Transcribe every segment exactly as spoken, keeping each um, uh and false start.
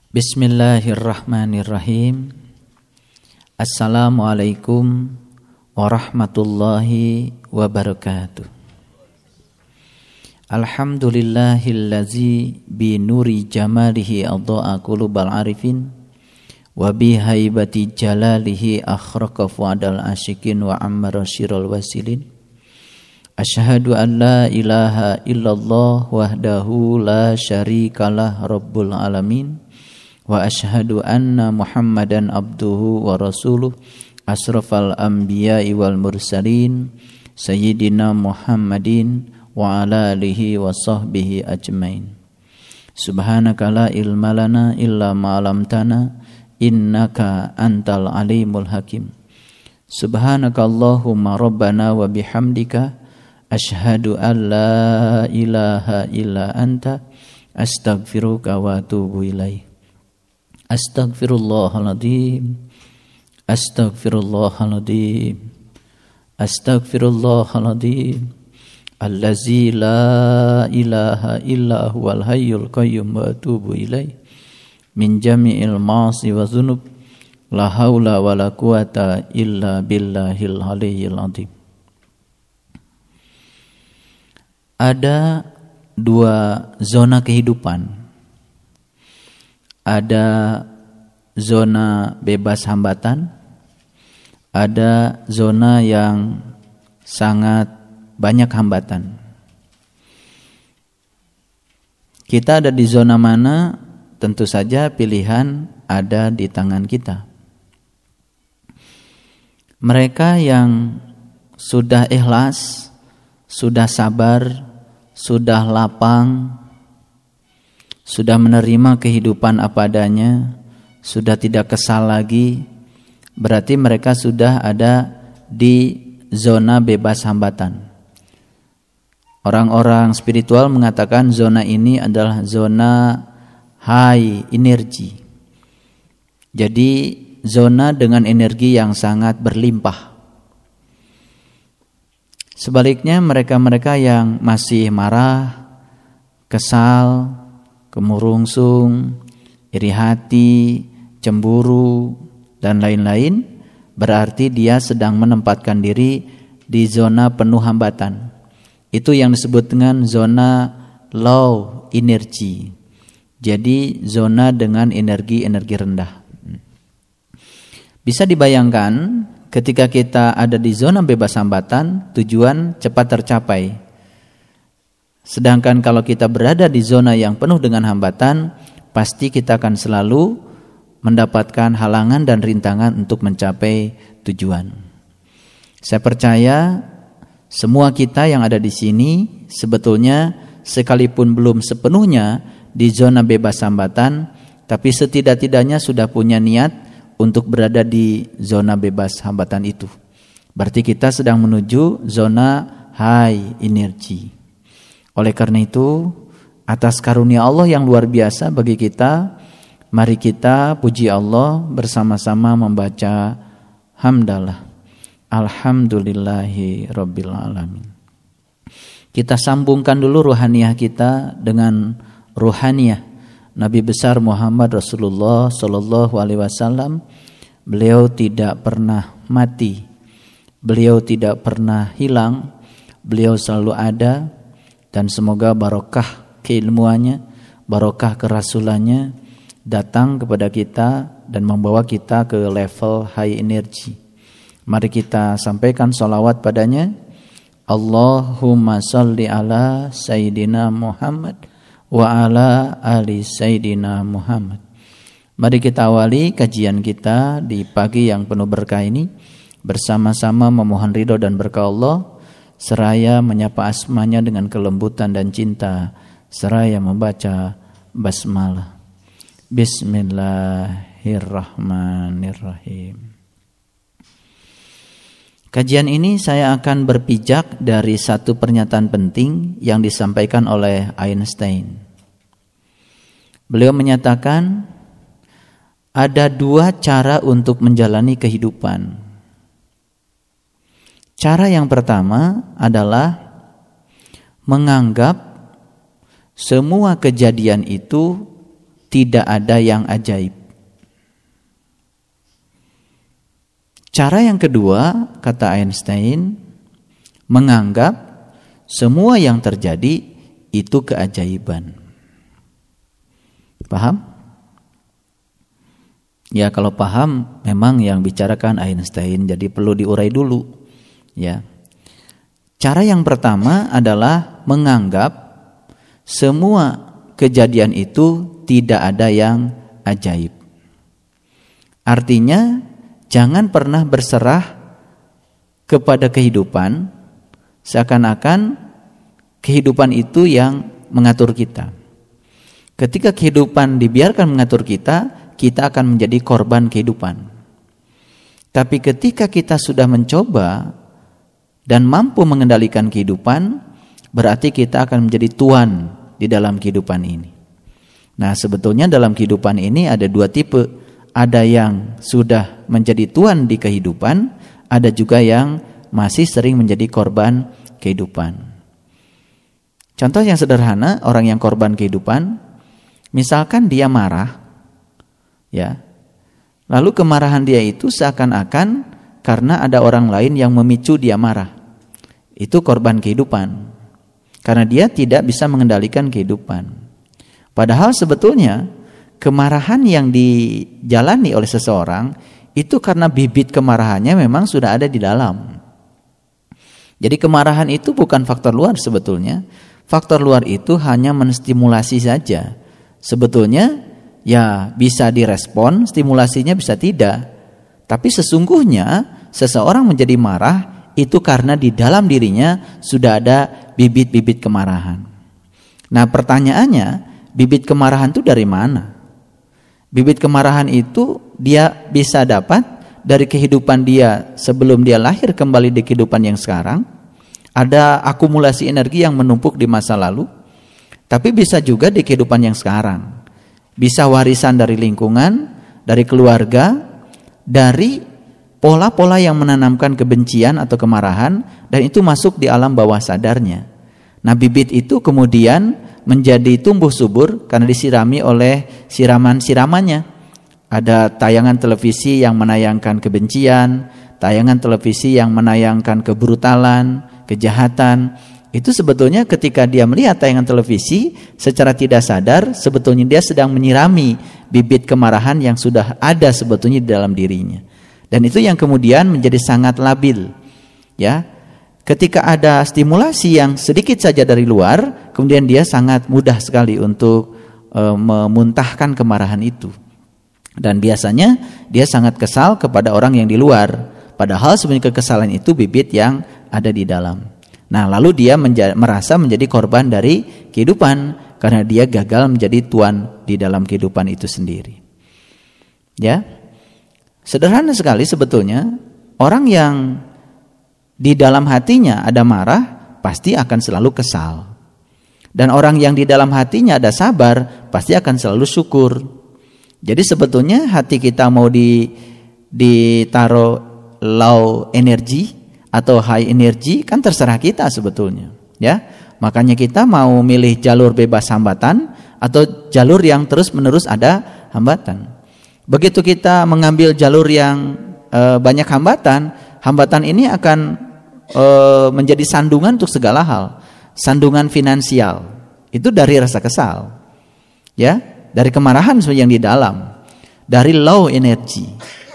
Bismillahirrahmanirrahim. Assalamualaikum warahmatullahi wabarakatuh. Alhamdulillahillazi bi nuri jamalihi adha'a qulubal arifin wa bi haibati jalalihi akhraqa fuadal asyikin wa ammara syiral wasilin. Asyhadu an la ilaha illallah wahdahu la syarikalah rabbul alamin. Wa asyhadu anna Muhammadan abduhu wa rasuluh asrafal anbiya'i wal mursalin sayyidina Muhammadin wa ala alihi wa sahbihi ajmain. Subhanaka la ilma lana illa ma 'allamtana innaka antal alimul hakim. Subhanaka Allahumma rabbana wa bihamdika asyhadu an la ilaha illa anta astaghfiruka wa atubu ilaik. Astaghfirullahaladzim, Astaghfirullahaladzim, Astaghfirullahaladzim, Allazi la ilaha illa huwal hayyul qayyum wa atubu ilaih min jami'il ma'asi wa dhunub la hawla wa la quwata illa billahil aliyyil azim. Ada dua zona kehidupan. Ada zona bebas hambatan, ada zona yang sangat banyak hambatan. Kita ada di zona mana? Tentu saja pilihan ada di tangan kita. Mereka yang sudah ikhlas, sudah sabar, sudah lapang, sudah menerima kehidupan apa adanya, sudah tidak kesal lagi, berarti mereka sudah ada di zona bebas hambatan. Orang-orang spiritual mengatakan zona ini adalah zona high energy. Jadi zona dengan energi yang sangat berlimpah. Sebaliknya mereka-mereka yang masih marah, kesal, kemurungsung, iri hati, cemburu, dan lain-lain, berarti dia sedang menempatkan diri di zona penuh hambatan. Itu yang disebut dengan zona low energy. Jadi zona dengan energi-energi rendah. Bisa dibayangkan ketika kita ada di zona bebas hambatan, tujuan cepat tercapai. Sedangkan kalau kita berada di zona yang penuh dengan hambatan, pasti kita akan selalu mendapatkan halangan dan rintangan untuk mencapai tujuan. Saya percaya semua kita yang ada di sini sebetulnya sekalipun belum sepenuhnya di zona bebas hambatan, tapi setidak-tidaknya sudah punya niat untuk berada di zona bebas hambatan itu. Berarti kita sedang menuju zona high energy. Oleh karena itu, atas karunia Allah yang luar biasa bagi kita, mari kita puji Allah bersama-sama membaca hamdalah. Alhamdulillahi rabbil alamin. Kita sambungkan dulu ruhaniyah kita dengan ruhaniyah Nabi besar Muhammad Rasulullah sallallahu alaihi wasallam. Beliau tidak pernah mati. Beliau tidak pernah hilang. Beliau selalu ada. Dan semoga barokah keilmuannya, barokah kerasulannya datang kepada kita dan membawa kita ke level high energy. Mari kita sampaikan sholawat padanya. Allahumma salli ala Sayyidina Muhammad wa ala ali Sayyidina Muhammad. Mari kita awali kajian kita di pagi yang penuh berkah ini bersama-sama memohon ridho dan berkah Allah, seraya menyapa asmanya dengan kelembutan dan cinta, seraya membaca basmalah. Bismillahirrahmanirrahim. Kajian ini saya akan berpijak dari satu pernyataan penting yang disampaikan oleh Einstein. Beliau menyatakan ada dua cara untuk menjalani kehidupan. Cara yang pertama adalah menganggap semua kejadian itu tidak ada yang ajaib. Cara yang kedua, kata Einstein, menganggap semua yang terjadi itu keajaiban. Paham? Ya, kalau paham memang yang bicarakan Einstein, jadi perlu diurai dulu. Ya. Cara yang pertama adalah menganggap semua kejadian itu tidak ada yang ajaib. Artinya, jangan pernah berserah kepada kehidupan seakan-akan kehidupan itu yang mengatur kita. Ketika kehidupan dibiarkan mengatur kita, kita akan menjadi korban kehidupan. Tapi ketika kita sudah mencoba dan mampu mengendalikan kehidupan, berarti kita akan menjadi tuan di dalam kehidupan ini. Nah, sebetulnya dalam kehidupan ini ada dua tipe. Ada yang sudah menjadi tuan di kehidupan, ada juga yang masih sering menjadi korban kehidupan. Contoh yang sederhana, orang yang korban kehidupan, misalkan dia marah, ya, lalu kemarahan dia itu seakan-akan karena ada orang lain yang memicu dia marah. Itu korban kehidupan, karena dia tidak bisa mengendalikan kehidupan. Padahal sebetulnya kemarahan yang dijalani oleh seseorang itu karena bibit kemarahannya memang sudah ada di dalam. Jadi kemarahan itu bukan faktor luar sebetulnya. Faktor luar itu hanya menstimulasi saja. Sebetulnya ya bisa direspon, stimulasinya bisa tidak. Tapi sesungguhnya seseorang menjadi marah itu karena di dalam dirinya sudah ada bibit-bibit kemarahan. Nah, pertanyaannya, bibit kemarahan itu dari mana? Bibit kemarahan itu dia bisa dapat dari kehidupan dia sebelum dia lahir kembali di kehidupan yang sekarang. Ada akumulasi energi yang menumpuk di masa lalu. Tapi bisa juga di kehidupan yang sekarang. Bisa warisan dari lingkungan, dari keluarga, dari pola-pola yang menanamkan kebencian atau kemarahan, dan itu masuk di alam bawah sadarnya. Nah, bibit itu kemudian menjadi tumbuh subur karena disirami oleh siraman-siramannya. Ada tayangan televisi yang menayangkan kebencian, tayangan televisi yang menayangkan kebrutalan, kejahatan. Itu sebetulnya ketika dia melihat tayangan televisi secara tidak sadar, sebetulnya dia sedang menyirami bibit kemarahan yang sudah ada sebetulnya di dalam dirinya. Dan itu yang kemudian menjadi sangat labil. Ya. Ketika ada stimulasi yang sedikit saja dari luar, kemudian dia sangat mudah sekali untuk e, memuntahkan kemarahan itu. Dan biasanya dia sangat kesal kepada orang yang di luar. Padahal sebenarnya kekesalan itu bibit yang ada di dalam. Nah, lalu dia menja- merasa menjadi korban dari kehidupan karena dia gagal menjadi tuan di dalam kehidupan itu sendiri. Ya, sederhana sekali sebetulnya. Orang yang di dalam hatinya ada marah, pasti akan selalu kesal. Dan orang yang di dalam hatinya ada sabar, pasti akan selalu syukur. Jadi sebetulnya hati kita mau di ditaruh low energy atau high energy kan terserah kita sebetulnya, ya. Makanya kita mau milih jalur bebas hambatan atau jalur yang terus-menerus ada hambatan. Begitu kita mengambil jalur yang e, banyak hambatan, hambatan ini akan e, menjadi sandungan untuk segala hal. Sandungan finansial itu dari rasa kesal, ya, dari kemarahan yang di dalam, dari low energy.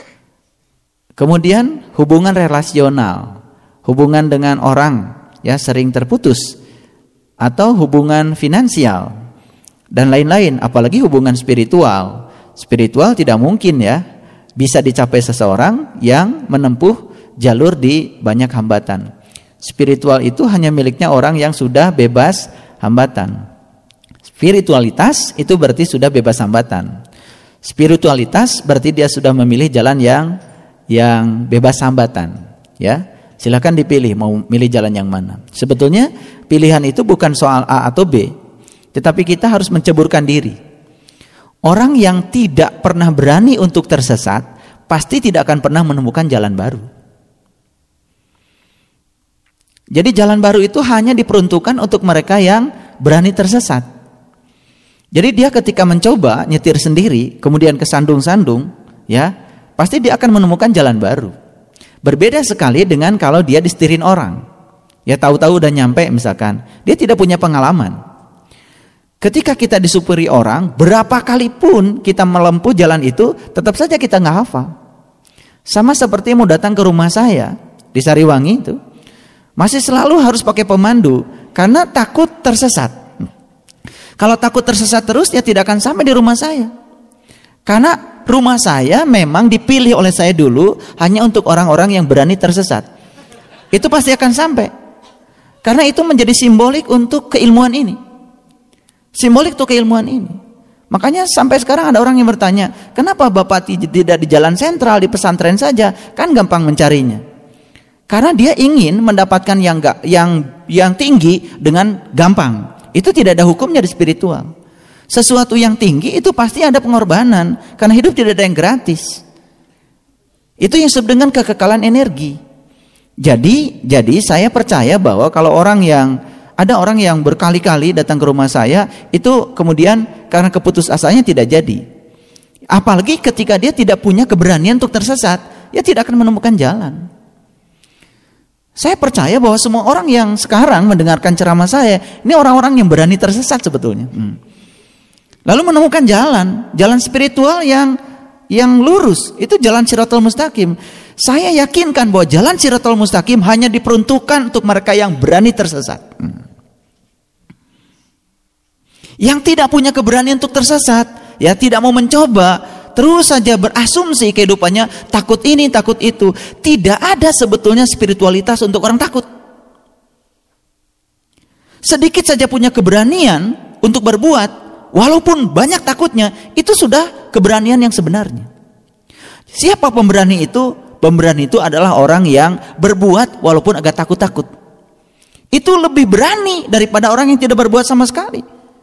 Kemudian hubungan relasional, hubungan dengan orang ya sering terputus, atau hubungan finansial dan lain-lain, apalagi hubungan spiritual. Spiritual tidak mungkin ya bisa dicapai seseorang yang menempuh jalur di banyak hambatan. Spiritual itu hanya miliknya orang yang sudah bebas hambatan. Spiritualitas itu berarti sudah bebas hambatan. Spiritualitas berarti dia sudah memilih jalan yang yang bebas hambatan, ya. Silakan dipilih mau milih jalan yang mana. Sebetulnya pilihan itu bukan soal A atau B, tetapi kita harus menceburkan diri. Orang yang tidak pernah berani untuk tersesat pasti tidak akan pernah menemukan jalan baru. Jadi jalan baru itu hanya diperuntukkan untuk mereka yang berani tersesat. Jadi dia ketika mencoba nyetir sendiri, kemudian kesandung-sandung, ya, pasti dia akan menemukan jalan baru. Berbeda sekali dengan kalau dia disetirin orang. Ya tahu-tahu udah nyampe misalkan, dia tidak punya pengalaman. Ketika kita disupiri orang, berapa kali pun kita melempuh jalan itu, tetap saja kita nggak hafal. Sama seperti mau datang ke rumah saya di Sariwangi itu, masih selalu harus pakai pemandu karena takut tersesat. Kalau takut tersesat terus, ya tidak akan sampai di rumah saya. Karena rumah saya memang dipilih oleh saya dulu hanya untuk orang-orang yang berani tersesat. Itu pasti akan sampai. Karena itu menjadi simbolik untuk keilmuan ini. Simbolik untuk keilmuan ini. Makanya sampai sekarang ada orang yang bertanya, kenapa Bapak tidak di jalan sentral, di pesantren saja? Kan gampang mencarinya. Karena dia ingin mendapatkan yang gak, yang yang tinggi dengan gampang. Itu tidak ada hukumnya di spiritual. Sesuatu yang tinggi itu pasti ada pengorbanan, karena hidup tidak ada yang gratis. Itu yang disebut dengan kekekalan energi. Jadi, jadi saya percaya bahwa kalau orang yang ada orang yang berkali-kali datang ke rumah saya, itu kemudian karena keputusasanya tidak jadi. Apalagi ketika dia tidak punya keberanian untuk tersesat, dia tidak akan menemukan jalan. Saya percaya bahwa semua orang yang sekarang mendengarkan ceramah saya, ini orang-orang yang berani tersesat sebetulnya. Hmm. Lalu menemukan jalan, jalan spiritual yang yang lurus, itu jalan Shiratal Mustaqim. Saya yakinkan bahwa jalan Shiratal Mustaqim hanya diperuntukkan untuk mereka yang berani tersesat. Hmm. Yang tidak punya keberanian untuk tersesat, ya tidak mau mencoba, terus saja berasumsi kehidupannya, takut ini, takut itu. Tidak ada sebetulnya spiritualitas untuk orang takut. Sedikit saja punya keberanian untuk berbuat, walaupun banyak takutnya, itu sudah keberanian yang sebenarnya. Siapa pemberani itu? Pemberani itu adalah orang yang berbuat walaupun agak takut-takut. Itu lebih berani daripada orang yang tidak berbuat sama sekali.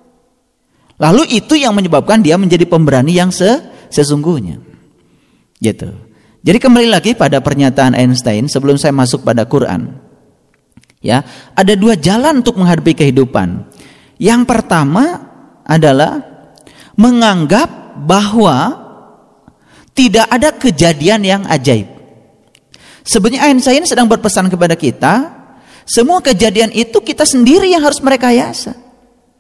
Lalu itu yang menyebabkan dia menjadi pemberani yang sesungguhnya. Gitu. Jadi kembali lagi pada pernyataan Einstein sebelum saya masuk pada Quran. Ya, ada dua jalan untuk menghadapi kehidupan. Yang pertama adalah menganggap bahwa tidak ada kejadian yang ajaib. Sebenarnya Einstein sedang berpesan kepada kita, semua kejadian itu kita sendiri yang harus merekayasa.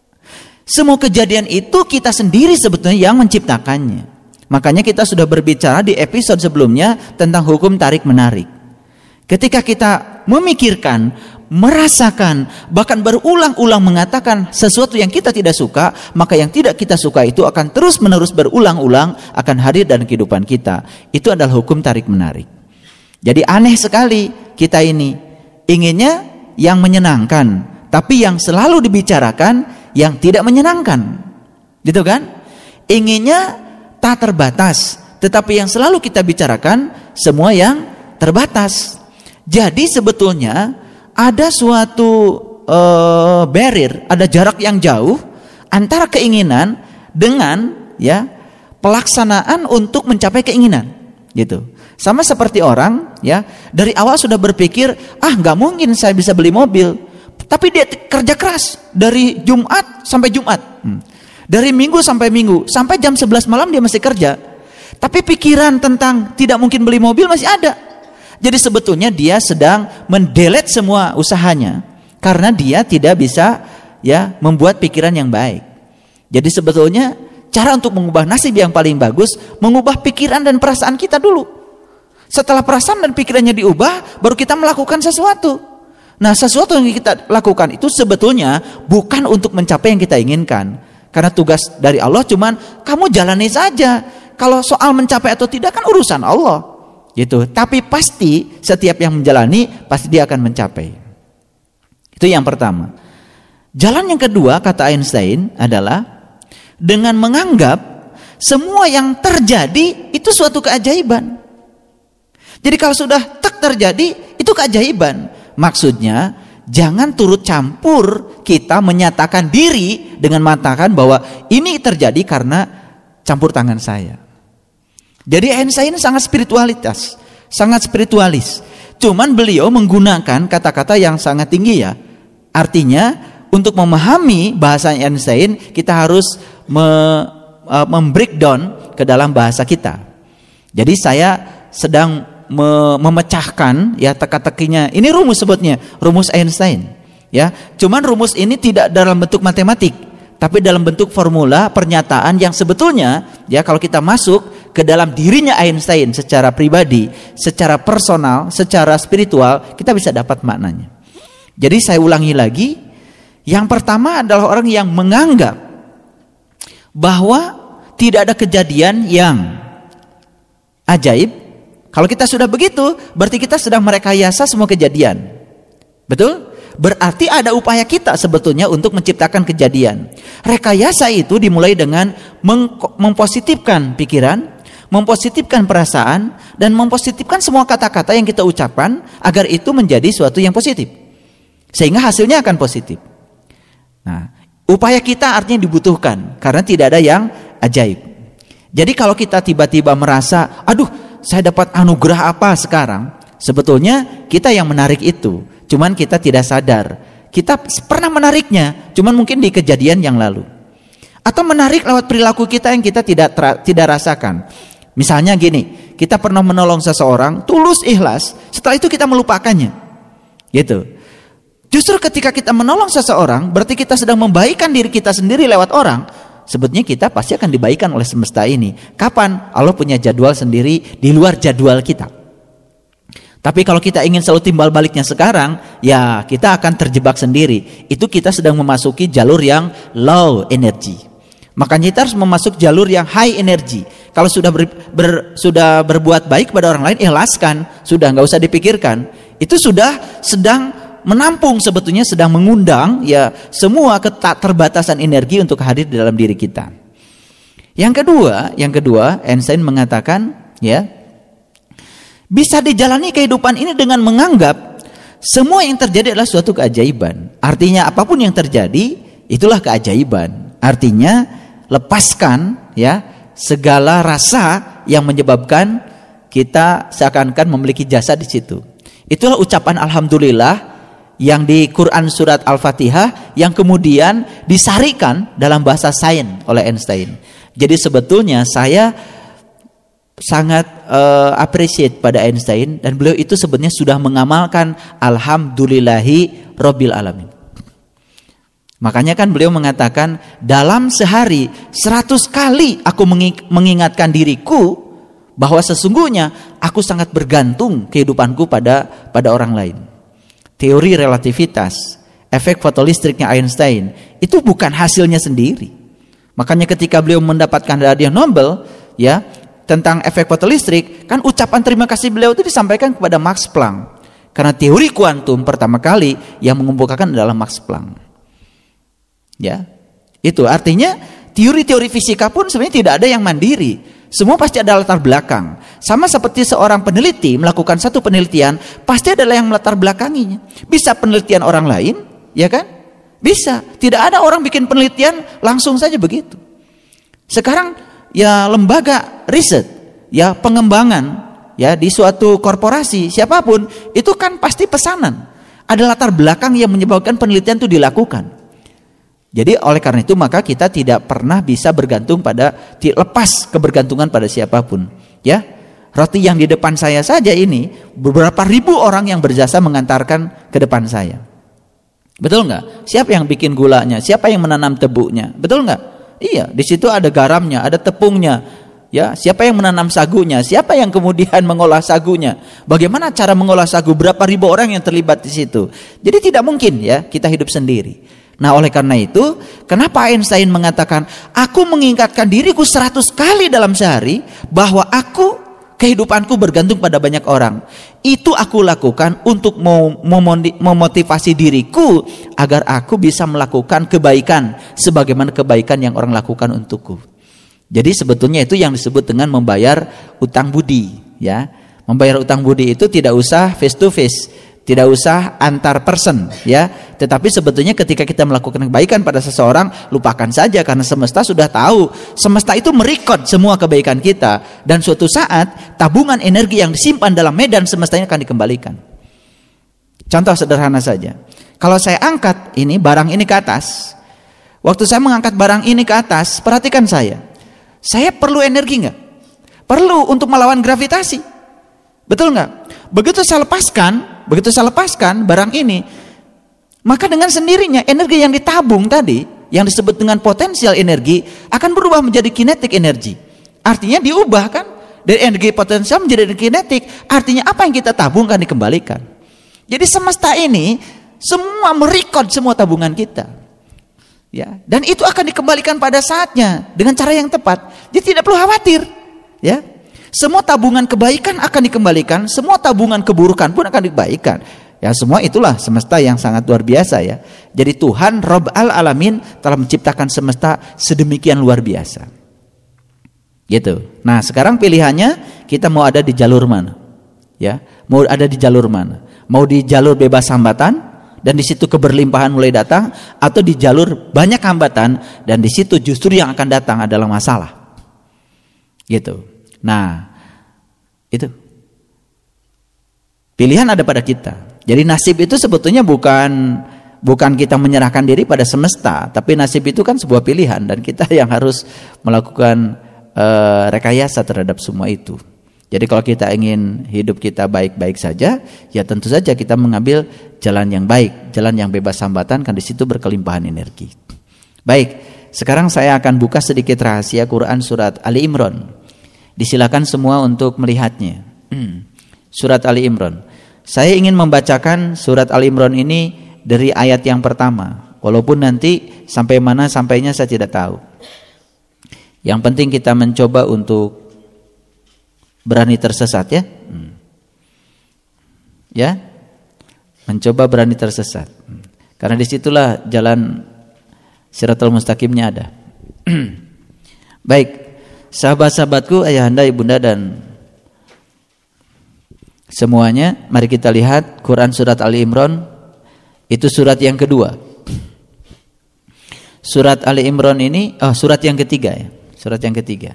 Semua kejadian itu kita sendiri sebetulnya yang menciptakannya. Makanya kita sudah berbicara di episode sebelumnya tentang hukum tarik menarik. Ketika kita memikirkan, merasakan, bahkan berulang-ulang mengatakan sesuatu yang kita tidak suka, maka yang tidak kita suka itu akan terus menerus berulang-ulang akan hadir dalam kehidupan kita. Itu adalah hukum tarik menarik. Jadi aneh sekali kita ini inginnya yang menyenangkan, tapi yang selalu dibicarakan yang tidak menyenangkan, gitu kan? Inginnya tak terbatas, tetapi yang selalu kita bicarakan semua yang terbatas. Jadi sebetulnya ada suatu uh, barrier, ada jarak yang jauh antara keinginan dengan ya pelaksanaan untuk mencapai keinginan, gitu. Sama seperti orang ya dari awal sudah berpikir, ah nggak mungkin saya bisa beli mobil. Tapi dia kerja keras dari Jumat sampai Jumat, hmm. dari Minggu sampai Minggu, sampai jam sebelas malam dia masih kerja. Tapi pikiran tentang tidak mungkin beli mobil masih ada. Jadi sebetulnya dia sedang mendelete semua usahanya karena dia tidak bisa ya membuat pikiran yang baik. Jadi sebetulnya cara untuk mengubah nasib yang paling bagus, mengubah pikiran dan perasaan kita dulu. Setelah perasaan dan pikirannya diubah, baru kita melakukan sesuatu. Nah, sesuatu yang kita lakukan itu sebetulnya bukan untuk mencapai yang kita inginkan. Karena tugas dari Allah cuman kamu jalani saja. Kalau soal mencapai atau tidak kan urusan Allah. Gitu. Tapi pasti setiap yang menjalani pasti dia akan mencapai. Itu yang pertama. Jalan yang kedua kata Einstein adalah dengan menganggap semua yang terjadi itu suatu keajaiban. Jadi kalau sudah tak terjadi itu keajaiban. Maksudnya jangan turut campur kita menyatakan diri dengan mengatakan bahwa ini terjadi karena campur tangan saya. Jadi Einstein sangat spiritualitas, sangat spiritualis. Cuman beliau menggunakan kata-kata yang sangat tinggi ya. Artinya untuk memahami bahasa Einstein kita harus me, uh, membreakdown ke dalam bahasa kita. Jadi saya sedang me memecahkan ya teka-tekinya. Ini rumus sebutnya, rumus Einstein. Ya, cuman rumus ini tidak dalam bentuk matematik, tapi dalam bentuk formula pernyataan yang sebetulnya ya kalau kita masuk ke dalam dirinya Einstein secara pribadi, secara personal, secara spiritual, kita bisa dapat maknanya. Jadi saya ulangi lagi, yang pertama adalah orang yang menganggap bahwa tidak ada kejadian yang ajaib. Kalau kita sudah begitu, berarti kita sedang merekayasa semua kejadian. Betul? Berarti ada upaya kita sebetulnya untuk menciptakan kejadian. Rekayasa itu dimulai dengan mempositifkan pikiran, mempositifkan perasaan, dan mempositifkan semua kata-kata yang kita ucapkan agar itu menjadi suatu yang positif. Sehingga hasilnya akan positif. Nah, upaya kita artinya dibutuhkan karena tidak ada yang ajaib. Jadi kalau kita tiba-tiba merasa, aduh saya dapat anugerah apa sekarang, sebetulnya kita yang menarik itu. Cuman kita tidak sadar. Kita pernah menariknya, cuman mungkin di kejadian yang lalu. Atau menarik lewat perilaku kita yang kita tidak tidak rasakan. Misalnya gini, kita pernah menolong seseorang, tulus ikhlas, setelah itu kita melupakannya. Gitu. Justru ketika kita menolong seseorang, berarti kita sedang membaikkan diri kita sendiri lewat orang. Sebetulnya kita pasti akan dibaikan oleh semesta ini. Kapan? Allah punya jadwal sendiri di luar jadwal kita. Tapi kalau kita ingin selalu timbal baliknya sekarang, ya kita akan terjebak sendiri. Itu kita sedang memasuki jalur yang low energy. Makanya kita harus memasuk jalur yang high energy. Kalau sudah ber, ber, sudah berbuat baik pada orang lain, ikhlaskan. Sudah, nggak usah dipikirkan. Itu sudah sedang menampung, sebetulnya sedang mengundang ya semua keterbatasan energi untuk hadir di dalam diri kita. Yang kedua, yang kedua Einstein mengatakan ya, bisa dijalani kehidupan ini dengan menganggap semua yang terjadi adalah suatu keajaiban. Artinya apapun yang terjadi itulah keajaiban. Artinya lepaskan ya segala rasa yang menyebabkan kita seakan-akan memiliki jasa di situ. Itulah ucapan alhamdulillah yang di Quran surat Al-Fatihah yang kemudian disarikan dalam bahasa sains oleh Einstein. Jadi sebetulnya saya sangat uh, appreciate pada Einstein, dan beliau itu sebenarnya sudah mengamalkan alhamdulillahi rabbil alamin. Makanya kan beliau mengatakan dalam sehari seratus kali aku mengingatkan diriku bahwa sesungguhnya aku sangat bergantung kehidupanku pada pada orang lain. Teori relativitas, efek fotolistriknya Einstein itu bukan hasilnya sendiri. Makanya ketika beliau mendapatkan hadiah Nobel ya tentang efek fotolistrik, kan ucapan terima kasih beliau itu disampaikan kepada Max Planck. Karena teori kuantum pertama kali yang mengemukakan adalah Max Planck. Ya. Itu artinya teori-teori fisika pun sebenarnya tidak ada yang mandiri. Semua pasti ada latar belakang. Sama seperti seorang peneliti melakukan satu penelitian, pasti adalah yang melatar belakanginya. Bisa penelitian orang lain, ya kan? Bisa. Tidak ada orang bikin penelitian langsung saja begitu. Sekarang ya lembaga riset, ya pengembangan, ya di suatu korporasi siapapun itu kan pasti pesanan. Ada latar belakang yang menyebabkan penelitian itu dilakukan. Jadi oleh karena itu maka kita tidak pernah bisa bergantung pada, lepas kebergantungan pada siapapun. Ya, roti yang di depan saya saja ini beberapa ribu orang yang berjasa mengantarkan ke depan saya. Betul nggak? Siapa yang bikin gulanya? Siapa yang menanam tebunya? Betul nggak? Iya, di situ ada garamnya, ada tepungnya. Ya, siapa yang menanam sagunya? Siapa yang kemudian mengolah sagunya? Bagaimana cara mengolah sagu? Berapa ribu orang yang terlibat di situ? Jadi tidak mungkin ya kita hidup sendiri. Nah oleh karena itu, kenapa Einstein mengatakan, aku mengingatkan diriku seratus kali dalam sehari bahwa aku, kehidupanku bergantung pada banyak orang. Itu aku lakukan untuk memotivasi diriku agar aku bisa melakukan kebaikan sebagaimana kebaikan yang orang lakukan untukku. Jadi sebetulnya itu yang disebut dengan membayar utang budi, ya. Membayar utang budi itu tidak usah face to face, tidak usah antar person, ya. Tetapi sebetulnya ketika kita melakukan kebaikan pada seseorang, lupakan saja karena semesta sudah tahu. Semesta itu merekod semua kebaikan kita, dan suatu saat tabungan energi yang disimpan dalam medan semestanya akan dikembalikan. Contoh sederhana saja. Kalau saya angkat ini barang ini ke atas, Waktu saya mengangkat barang ini ke atas, perhatikan saya. Saya perlu energi nggak? Perlu untuk melawan gravitasi. Betul nggak? Begitu saya lepaskan, begitu saya lepaskan barang ini, maka dengan sendirinya energi yang ditabung tadi, yang disebut dengan potensial energi, akan berubah menjadi kinetik energi. Artinya diubah kan? Dari energi potensial menjadi energi kinetik. Artinya apa yang kita tabung akan dikembalikan. Jadi semesta ini semua merekod semua tabungan kita. Ya, dan itu akan dikembalikan pada saatnya dengan cara yang tepat. Jadi tidak perlu khawatir. Ya, semua tabungan kebaikan akan dikembalikan, semua tabungan keburukan pun akan dikembalikan. Ya, semua itulah semesta yang sangat luar biasa ya. Jadi Tuhan Rabb al-Alamin telah menciptakan semesta sedemikian luar biasa. Gitu. Nah, sekarang pilihannya kita mau ada di jalur mana? Ya, mau ada di jalur mana? Mau di jalur bebas hambatan dan di situ keberlimpahan mulai datang, atau di jalur banyak hambatan dan di situ justru yang akan datang adalah masalah. Gitu. Nah, itu pilihan ada pada kita. Jadi nasib itu sebetulnya bukan bukan kita menyerahkan diri pada semesta, tapi nasib itu kan sebuah pilihan dan kita yang harus melakukan uh, rekayasa terhadap semua itu. Jadi kalau kita ingin hidup kita baik-baik saja, ya tentu saja kita mengambil jalan yang baik, jalan yang bebas hambatan, kan di situ berkelimpahan energi. Baik, sekarang saya akan buka sedikit rahasia Quran surat Ali Imran. Disilakan semua untuk melihatnya. Surat Ali Imran. Saya ingin membacakan surat Ali Imran ini dari ayat yang pertama. Walaupun nanti sampai mana sampainya saya tidak tahu. Yang penting kita mencoba untuk berani tersesat ya. Ya. Mencoba berani tersesat. Karena disitulah jalan Shiratal Mustaqimnya ada. Baik. Sahabat-sahabatku, ayahanda, ibunda dan semuanya, mari kita lihat Quran surat Ali Imran. Itu surat yang kedua. Surat Ali Imran ini, oh surat yang ketiga ya. Surat yang ketiga.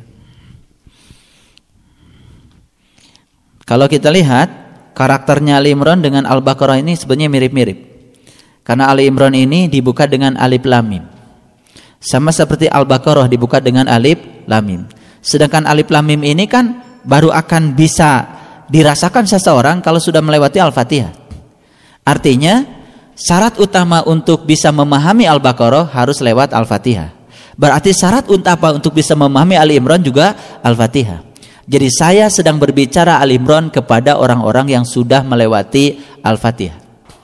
Kalau kita lihat karakternya Ali Imran dengan Al-Baqarah ini sebenarnya mirip-mirip. Karena Ali Imran ini dibuka dengan alif lam mim. Sama seperti Al-Baqarah dibuka dengan alif lam mim. Sedangkan alif lam mim ini kan baru akan bisa dirasakan seseorang kalau sudah melewati Al-Fatihah. Artinya syarat utama untuk bisa memahami Al-Baqarah harus lewat Al-Fatihah. Berarti syarat utama untuk bisa memahami Ali Imran juga Al-Fatihah. Jadi saya sedang berbicara Ali Imran kepada orang-orang yang sudah melewati Al-Fatihah.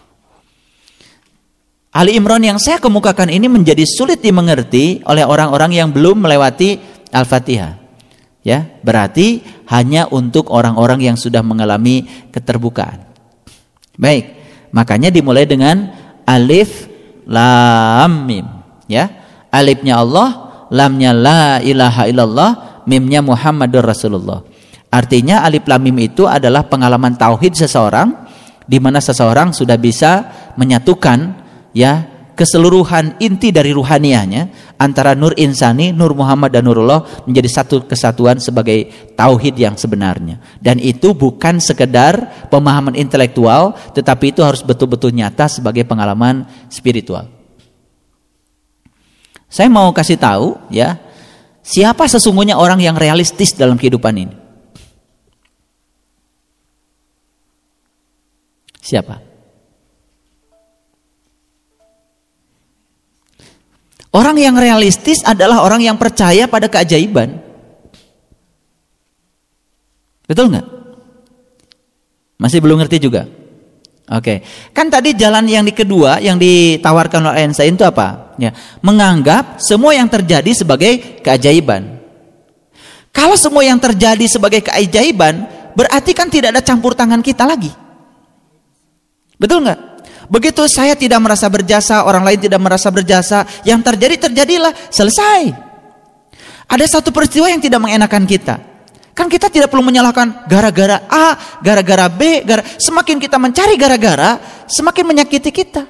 Ali Imran yang saya kemukakan ini menjadi sulit dimengerti oleh orang-orang yang belum melewati Al-Fatihah. Ya, berarti hanya untuk orang-orang yang sudah mengalami keterbukaan. Baik, makanya dimulai dengan alif lam mim, ya. Alifnya Allah, lamnya la ilaha illallah, mimnya Muhammadur Rasulullah. Artinya alif lam mim itu adalah pengalaman tauhid seseorang di mana seseorang sudah bisa menyatukan ya keseluruhan inti dari ruhaniyahnya antara nur insani, nur Muhammad dan nurullah menjadi satu kesatuan sebagai tauhid yang sebenarnya. Dan itu bukan sekedar pemahaman intelektual, tetapi itu harus betul-betul nyata sebagai pengalaman spiritual. Saya mau kasih tahu ya, siapa sesungguhnya orang yang realistis dalam kehidupan ini? Siapa? Orang yang realistis adalah orang yang percaya pada keajaiban. Betul nggak? Masih belum ngerti juga? Oke, kan tadi jalan yang di kedua yang ditawarkan oleh Einstein itu apa? Ya, menganggap semua yang terjadi sebagai keajaiban. Kalau semua yang terjadi sebagai keajaiban, berarti kan tidak ada campur tangan kita lagi. Betul nggak? Begitu saya tidak merasa berjasa, orang lain tidak merasa berjasa, yang terjadi terjadilah, selesai. Ada satu peristiwa yang tidak mengenakan kita. Kan kita tidak perlu menyalahkan gara-gara A, gara-gara B, gara semakin kita mencari gara-gara, semakin menyakiti kita.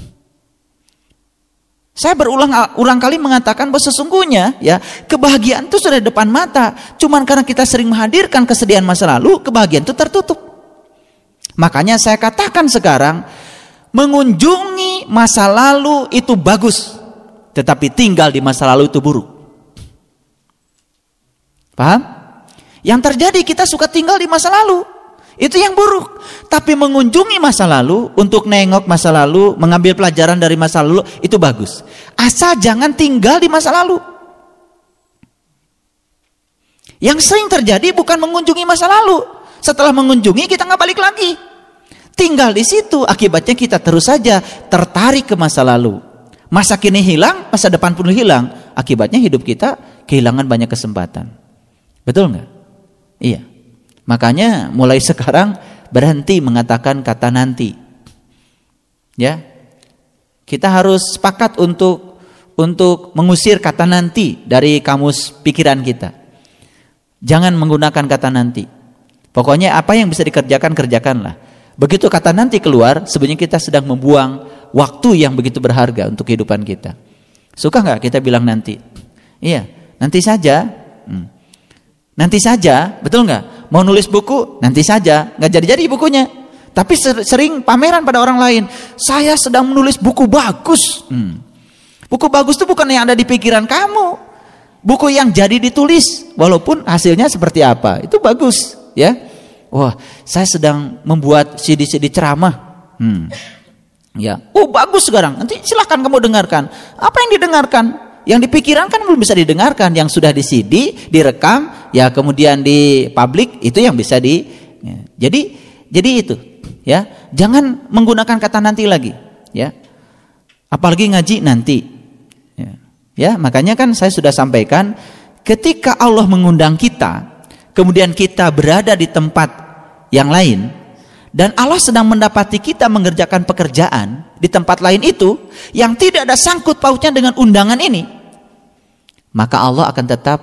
Saya berulang-ulang kali mengatakan bahwa sesungguhnya ya kebahagiaan itu sudah di depan mata. Cuman karena kita sering menghadirkan kesedihan masa lalu, kebahagiaan itu tertutup. Makanya saya katakan sekarang, mengunjungi masa lalu itu bagus. tetapi tinggal di masa lalu itu buruk. Paham? Yang terjadi kita suka tinggal di masa lalu, itu yang buruk. Tapi mengunjungi masa lalu, untuk nengok masa lalu, mengambil pelajaran dari masa lalu, itu bagus. Asal jangan tinggal di masa lalu. Yang sering terjadi bukan mengunjungi masa lalu, setelah mengunjungi kita nggak balik lagi, tinggal di situ. Akibatnya kita terus saja tertarik ke masa lalu. Masa kini hilang, masa depan pun hilang. Akibatnya hidup kita kehilangan banyak kesempatan. Betul nggak? Iya. Makanya mulai sekarang berhenti mengatakan kata nanti. Ya, kita harus sepakat untuk untuk mengusir kata nanti dari kamus pikiran kita. Jangan menggunakan kata nanti. Pokoknya apa yang bisa dikerjakan, kerjakanlah. Begitu kata nanti keluar, sebenarnya kita sedang membuang waktu yang begitu berharga untuk kehidupan kita. Suka nggak kita bilang nanti? Iya, nanti saja. Hmm. Nanti saja, betul nggak? Mau nulis buku, nanti saja. Nggak jadi-jadi bukunya. Tapi sering pameran pada orang lain. Saya sedang menulis buku bagus. Hmm. Buku bagus itu bukan yang ada di pikiran kamu. Buku yang jadi ditulis, walaupun hasilnya seperti apa, itu bagus, ya. Wah, saya sedang membuat C D-C D ceramah. Hmm. Ya, oh bagus sekarang. Nanti silahkan kamu dengarkan. Apa yang didengarkan? Yang dipikiran kan belum bisa didengarkan. Yang sudah di C D, direkam, ya kemudian di publik, itu yang bisa di. Ya. Jadi, jadi itu, ya. Jangan menggunakan kata nanti lagi, ya. Apalagi ngaji nanti. Ya. Ya, makanya kan saya sudah sampaikan, ketika Allah mengundang kita, kemudian kita berada di tempat yang lain, dan Allah sedang mendapati kita mengerjakan pekerjaan di tempat lain itu yang tidak ada sangkut pautnya dengan undangan ini, maka Allah akan tetap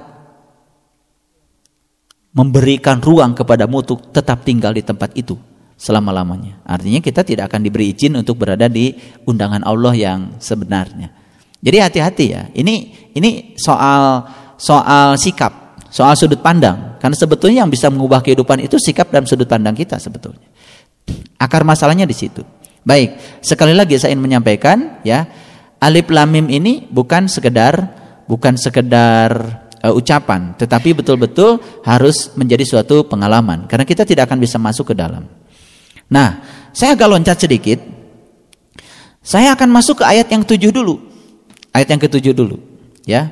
memberikan ruang kepadamu untuk tetap tinggal di tempat itu selama-lamanya. Artinya kita tidak akan diberi izin untuk berada di undangan Allah yang sebenarnya. Jadi hati-hati ya. Ini ini soal soal sikap, soal sudut pandang. Karena sebetulnya yang bisa mengubah kehidupan itu sikap dan sudut pandang kita sebetulnya. Akar masalahnya di situ. Baik, sekali lagi saya ingin menyampaikan ya, alif lam mim ini bukan sekedar bukan sekedar uh, ucapan, tetapi betul-betul harus menjadi suatu pengalaman. Karena kita tidak akan bisa masuk ke dalam. Nah, saya agak loncat sedikit. Saya akan masuk ke ayat yang tujuh dulu. Ayat yang ketujuh dulu, ya.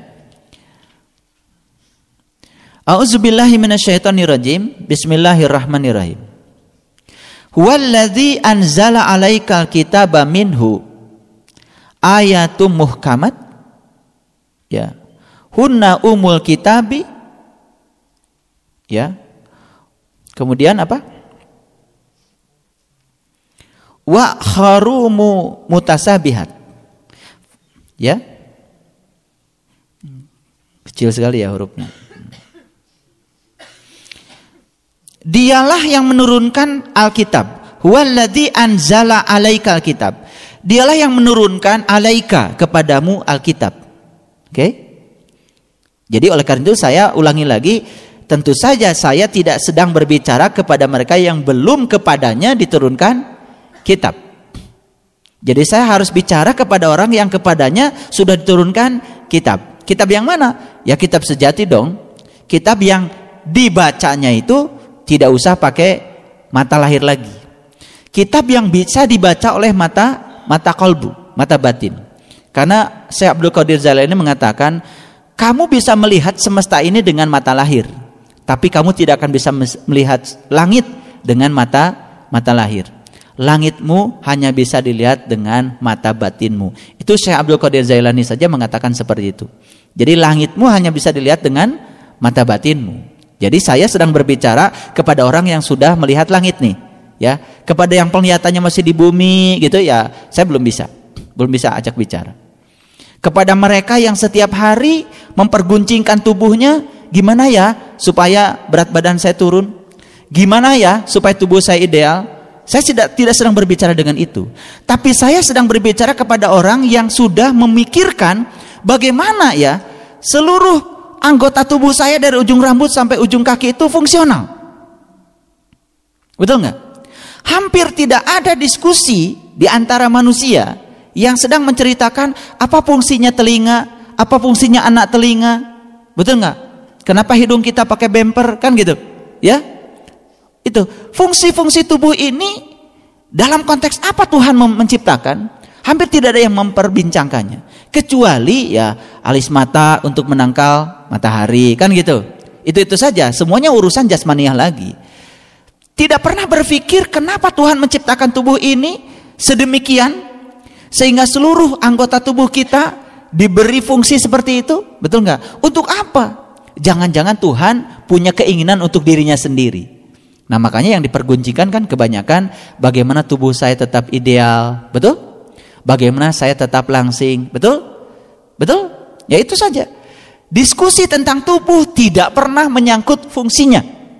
A'udzubillahi minasyaitonirrajim. Bismillahirrahmanirrahim. Huwallazi anzala 'alaikal kitaba minhu ayatum muhkamat, ya. Hunna umul kitabi, ya. Kemudian apa? Wa kharumu mutasabihat, ya. Kecil sekali ya hurufnya. Dialah yang menurunkan Alkitab. Huwallazi anzala 'alaikal kitab. Dialah yang menurunkan alaika kepadamu Alkitab. Oke? Okay? Jadi oleh karena itu saya ulangi lagi, tentu saja saya tidak sedang berbicara kepada mereka yang belum kepadanya diturunkan kitab. Jadi saya harus bicara kepada orang yang kepadanya sudah diturunkan kitab. Kitab yang mana? Ya kitab sejati dong. Kitab yang dibacanya itu tidak usah pakai mata lahir lagi. Kitab yang bisa dibaca oleh mata mata kalbu, mata batin. Karena Syekh Abdul Qadir Jailani mengatakan, kamu bisa melihat semesta ini dengan mata lahir, tapi kamu tidak akan bisa melihat langit dengan mata mata lahir. Langitmu hanya bisa dilihat dengan mata batinmu. Itu Syekh Abdul Qadir Jailani saja mengatakan seperti itu. Jadi langitmu hanya bisa dilihat dengan mata batinmu. Jadi saya sedang berbicara kepada orang yang sudah melihat langit nih, ya. Kepada yang penglihatannya masih di bumi gitu ya, saya belum bisa. Belum bisa ajak bicara. Kepada mereka yang setiap hari memperguncingkan tubuhnya, gimana ya supaya berat badan saya turun? Gimana ya supaya tubuh saya ideal? Saya tidak tidak sedang berbicara dengan itu. Tapi saya sedang berbicara kepada orang yang sudah memikirkan bagaimana ya seluruh anggota tubuh saya dari ujung rambut sampai ujung kaki itu fungsional. Betul nggak? Hampir tidak ada diskusi di antara manusia Yang sedang menceritakan apa fungsinya telinga, apa fungsinya anak telinga. Betul nggak? Kenapa hidung kita pakai bumper, kan gitu? Ya? Itu fungsi-fungsi tubuh ini dalam konteks apa Tuhan menciptakan? Hampir tidak ada yang memperbincangkannya. Kecuali ya alis mata untuk menangkal matahari, kan gitu. Itu-itu saja, semuanya urusan jasmaniah lagi. Tidak pernah berpikir kenapa Tuhan menciptakan tubuh ini sedemikian sehingga seluruh anggota tubuh kita diberi fungsi seperti itu. Betul nggak? Untuk apa? Jangan-jangan Tuhan punya keinginan untuk dirinya sendiri. Nah makanya yang diperguncingkan kan kebanyakan bagaimana tubuh saya tetap ideal. Betul? Bagaimana saya tetap langsing. Betul? Betul? Ya itu saja. Diskusi tentang tubuh tidak pernah menyangkut fungsinya.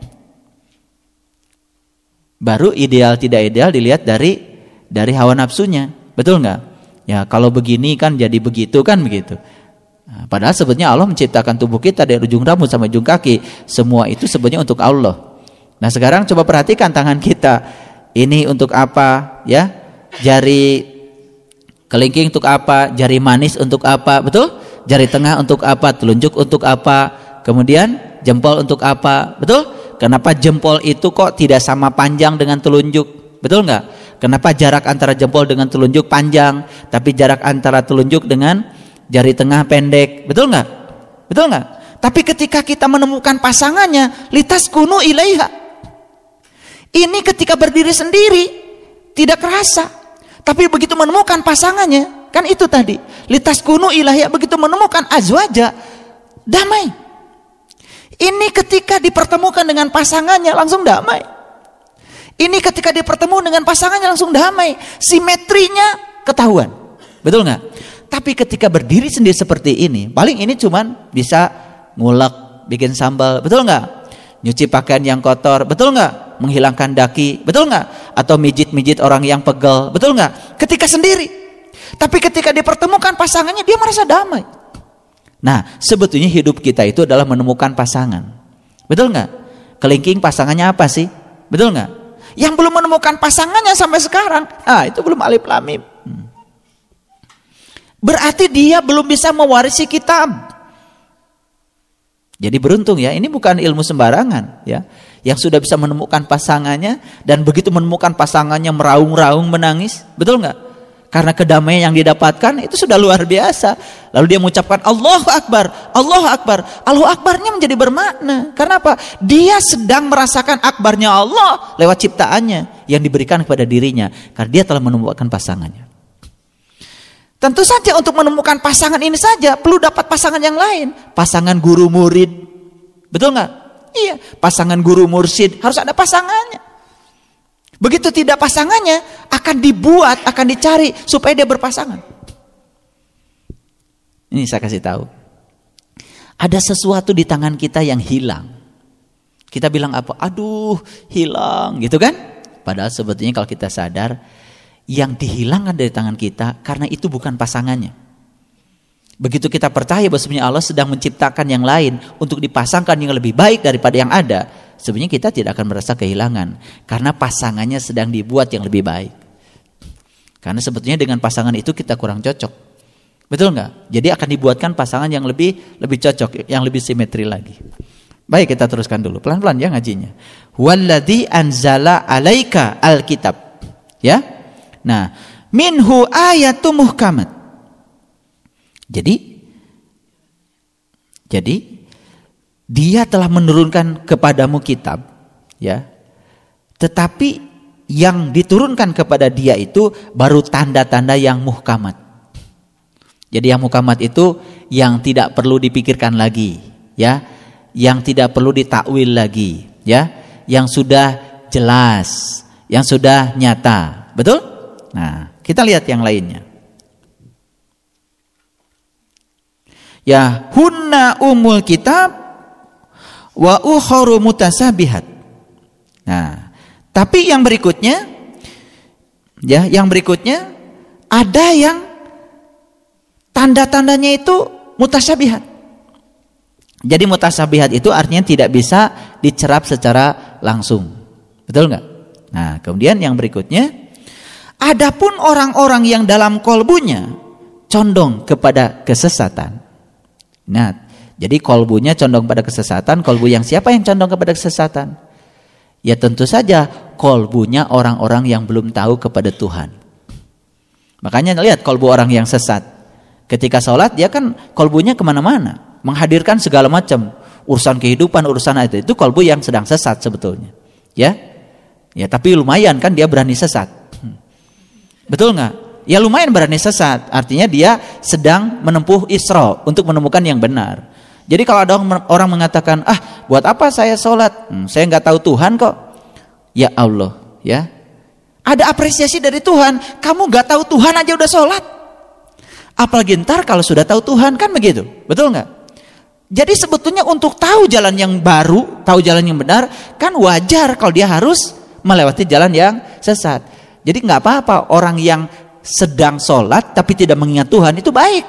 Baru ideal tidak ideal dilihat dari dari hawa nafsunya. Betul nggak? Ya kalau begini kan jadi begitu, kan begitu. Nah, padahal sebetulnya Allah menciptakan tubuh kita dari ujung rambut sampai ujung kaki. Semua itu sebetulnya untuk Allah. Nah sekarang coba perhatikan tangan kita. Ini untuk apa? Ya, jari kelingking untuk apa? Jari manis untuk apa? Betul? Jari tengah untuk apa? Telunjuk untuk apa? Kemudian jempol untuk apa? Betul? Kenapa jempol itu kok tidak sama panjang dengan telunjuk? Betul nggak? Kenapa jarak antara jempol dengan telunjuk panjang, tapi jarak antara telunjuk dengan jari tengah pendek? Betul nggak? Betul nggak? Tapi ketika kita menemukan pasangannya, litaskunu ilaiha. Ini ketika berdiri sendiri tidak kerasa, tapi begitu menemukan pasangannya, kan itu tadi, litaskunu ilaiha, begitu menemukan azwaja, damai. Ini ketika dipertemukan dengan pasangannya langsung damai. Ini ketika dipertemu dengan pasangannya langsung damai, simetrinya ketahuan. Betul nggak? Tapi ketika berdiri sendiri seperti ini, paling ini cuman bisa ngulek, bikin sambal, betul nggak? Nyuci pakaian yang kotor, betul nggak? Menghilangkan daki, betul nggak? Atau mijit-mijit orang yang pegel, betul nggak? Ketika sendiri. Tapi ketika dipertemukan pasangannya, dia merasa damai. Nah, sebetulnya hidup kita itu adalah menemukan pasangan. Betul nggak? Kelingking pasangannya apa sih? Betul nggak? Yang belum menemukan pasangannya sampai sekarang, ah itu belum alif lam mim. Hmm. Berarti dia belum bisa mewarisi kitab. Jadi beruntung ya, ini bukan ilmu sembarangan ya. Yang sudah bisa menemukan pasangannya dan begitu menemukan pasangannya meraung-raung menangis, betul nggak? Karena kedamaian yang didapatkan itu sudah luar biasa. Lalu dia mengucapkan Allahu Akbar, Allahu Akbar. Allahu Akbarnya menjadi bermakna. Karena apa? Dia sedang merasakan akbarnya Allah lewat ciptaannya yang diberikan kepada dirinya. Karena dia telah menemukan pasangannya. Tentu saja untuk menemukan pasangan ini saja perlu dapat pasangan yang lain. Pasangan guru murid. Betul nggak? Iya. Pasangan guru mursyid harus ada pasangannya. Begitu tidak pasangannya akan dibuat, akan dicari supaya dia berpasangan. Ini saya kasih tahu. Ada sesuatu di tangan kita yang hilang. Kita bilang apa? Aduh, hilang, gitu kan? Padahal sebetulnya kalau kita sadar, yang dihilangkan dari tangan kita karena itu bukan pasangannya. Begitu kita percaya bahwa sebenarnya Allah sedang menciptakan yang lain untuk dipasangkan yang lebih baik daripada yang ada, sebenarnya kita tidak akan merasa kehilangan karena pasangannya sedang dibuat yang lebih baik. Karena sebetulnya dengan pasangan itu kita kurang cocok, betul nggak? Jadi akan dibuatkan pasangan yang lebih lebih cocok, yang lebih simetri lagi. Baik, kita teruskan dulu pelan-pelan ya ngajinya. Walladzi anzala alaika alkitab, ya. Nah, minhu ayatum muhkamat. Jadi, jadi dia telah menurunkan kepadamu kitab, ya. Tetapi yang diturunkan kepada dia itu baru tanda-tanda yang muhkamat. Jadi yang muhkamat itu yang tidak perlu dipikirkan lagi, ya, yang tidak perlu ditakwil lagi, ya, yang sudah jelas, yang sudah nyata, betul? Nah, kita lihat yang lainnya. Ya, hunna umul kitab wa ukharu mutasabihat. Nah, tapi yang berikutnya, ya, yang berikutnya ada yang tanda-tandanya itu mutasabihat. Jadi mutasabihat itu artinya tidak bisa dicerap secara langsung, betul nggak? Nah, kemudian yang berikutnya Adapun orang-orang yang dalam kolbunya condong kepada kesesatan. Nah, jadi kolbunya condong pada kesesatan. Kolbu yang siapa yang condong kepada kesesatan? Ya tentu saja kolbunya orang-orang yang belum tahu kepada Tuhan. Makanya lihat kolbu orang yang sesat. Ketika sholat dia kan kolbunya kemana-mana, menghadirkan segala macam urusan kehidupan, urusan itu. Itu kolbu yang sedang sesat sebetulnya. Ya, ya tapi lumayan kan dia berani sesat. Betul nggak? Ya lumayan berani sesat. Artinya dia sedang menempuh Isra untuk menemukan yang benar. Jadi kalau ada orang mengatakan, ah buat apa saya sholat? Hmm, saya nggak tahu Tuhan kok. Ya Allah, ya. Ada apresiasi dari Tuhan. Kamu nggak tahu Tuhan aja udah sholat. Apalagi ntar kalau sudah tahu Tuhan, kan begitu. Betul nggak? Jadi sebetulnya untuk tahu jalan yang baru, tahu jalan yang benar, kan wajar kalau dia harus melewati jalan yang sesat. Jadi nggak apa-apa orang yang sedang sholat tapi tidak mengingat Tuhan, itu baik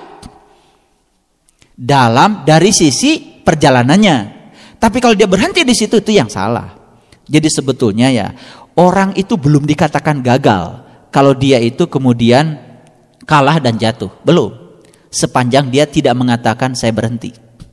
dalam dari sisi perjalanannya. Tapi kalau dia berhenti di situ, itu yang salah. Jadi sebetulnya ya orang itu belum dikatakan gagal kalau dia itu kemudian kalah dan jatuh, belum. Sepanjang dia tidak mengatakan saya berhenti.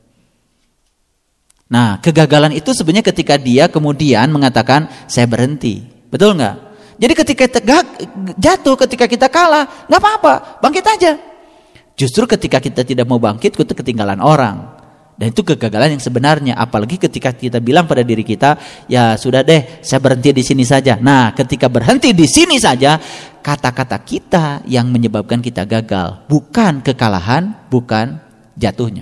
Nah, kegagalan itu sebenarnya ketika dia kemudian mengatakan saya berhenti, betul nggak? Jadi ketika tegak, jatuh, ketika kita kalah, nggak apa-apa, bangkit aja. Justru ketika kita tidak mau bangkit, kita ketinggalan orang. Dan itu kegagalan yang sebenarnya. Apalagi ketika kita bilang pada diri kita, ya sudah deh, saya berhenti di sini saja. Nah, ketika berhenti di sini saja, kata-kata kita yang menyebabkan kita gagal, bukan kekalahan, bukan jatuhnya.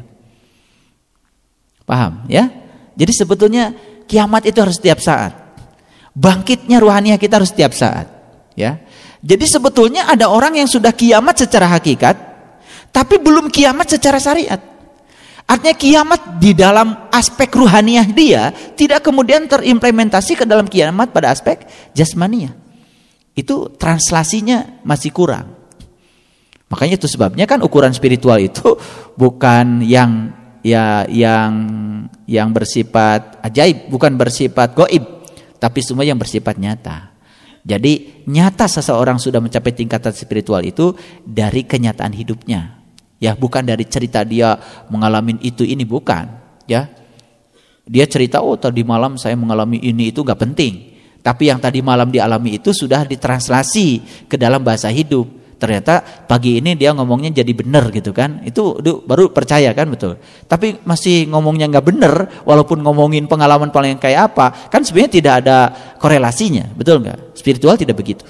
Paham ya? Jadi sebetulnya kiamat itu harus setiap saat. Bangkitnya ruhaniah kita harus setiap saat, ya. Jadi sebetulnya ada orang yang sudah kiamat secara hakikat, tapi belum kiamat secara syariat. Artinya kiamat di dalam aspek ruhaniah dia tidak kemudian terimplementasi ke dalam kiamat pada aspek jasmaniah. Itu translasinya masih kurang. Makanya itu sebabnya kan ukuran spiritual itu bukan yang ya yang yang bersifat ajaib, bukan bersifat gaib, tapi semua yang bersifat nyata. Jadi nyata seseorang sudah mencapai tingkatan spiritual itu dari kenyataan hidupnya. Ya, bukan dari cerita dia mengalami itu ini, bukan. Ya, dia cerita, oh tadi malam saya mengalami ini itu gak penting. Tapi yang tadi malam dialami itu sudah ditranslasi ke dalam bahasa hidup. Ternyata pagi ini dia ngomongnya jadi benar gitu kan. Itu, itu baru percaya kan, betul. Tapi masih ngomongnya nggak benar, walaupun ngomongin pengalaman paling kayak apa, kan sebenarnya tidak ada korelasinya, betul nggak? Spiritual tidak begitu.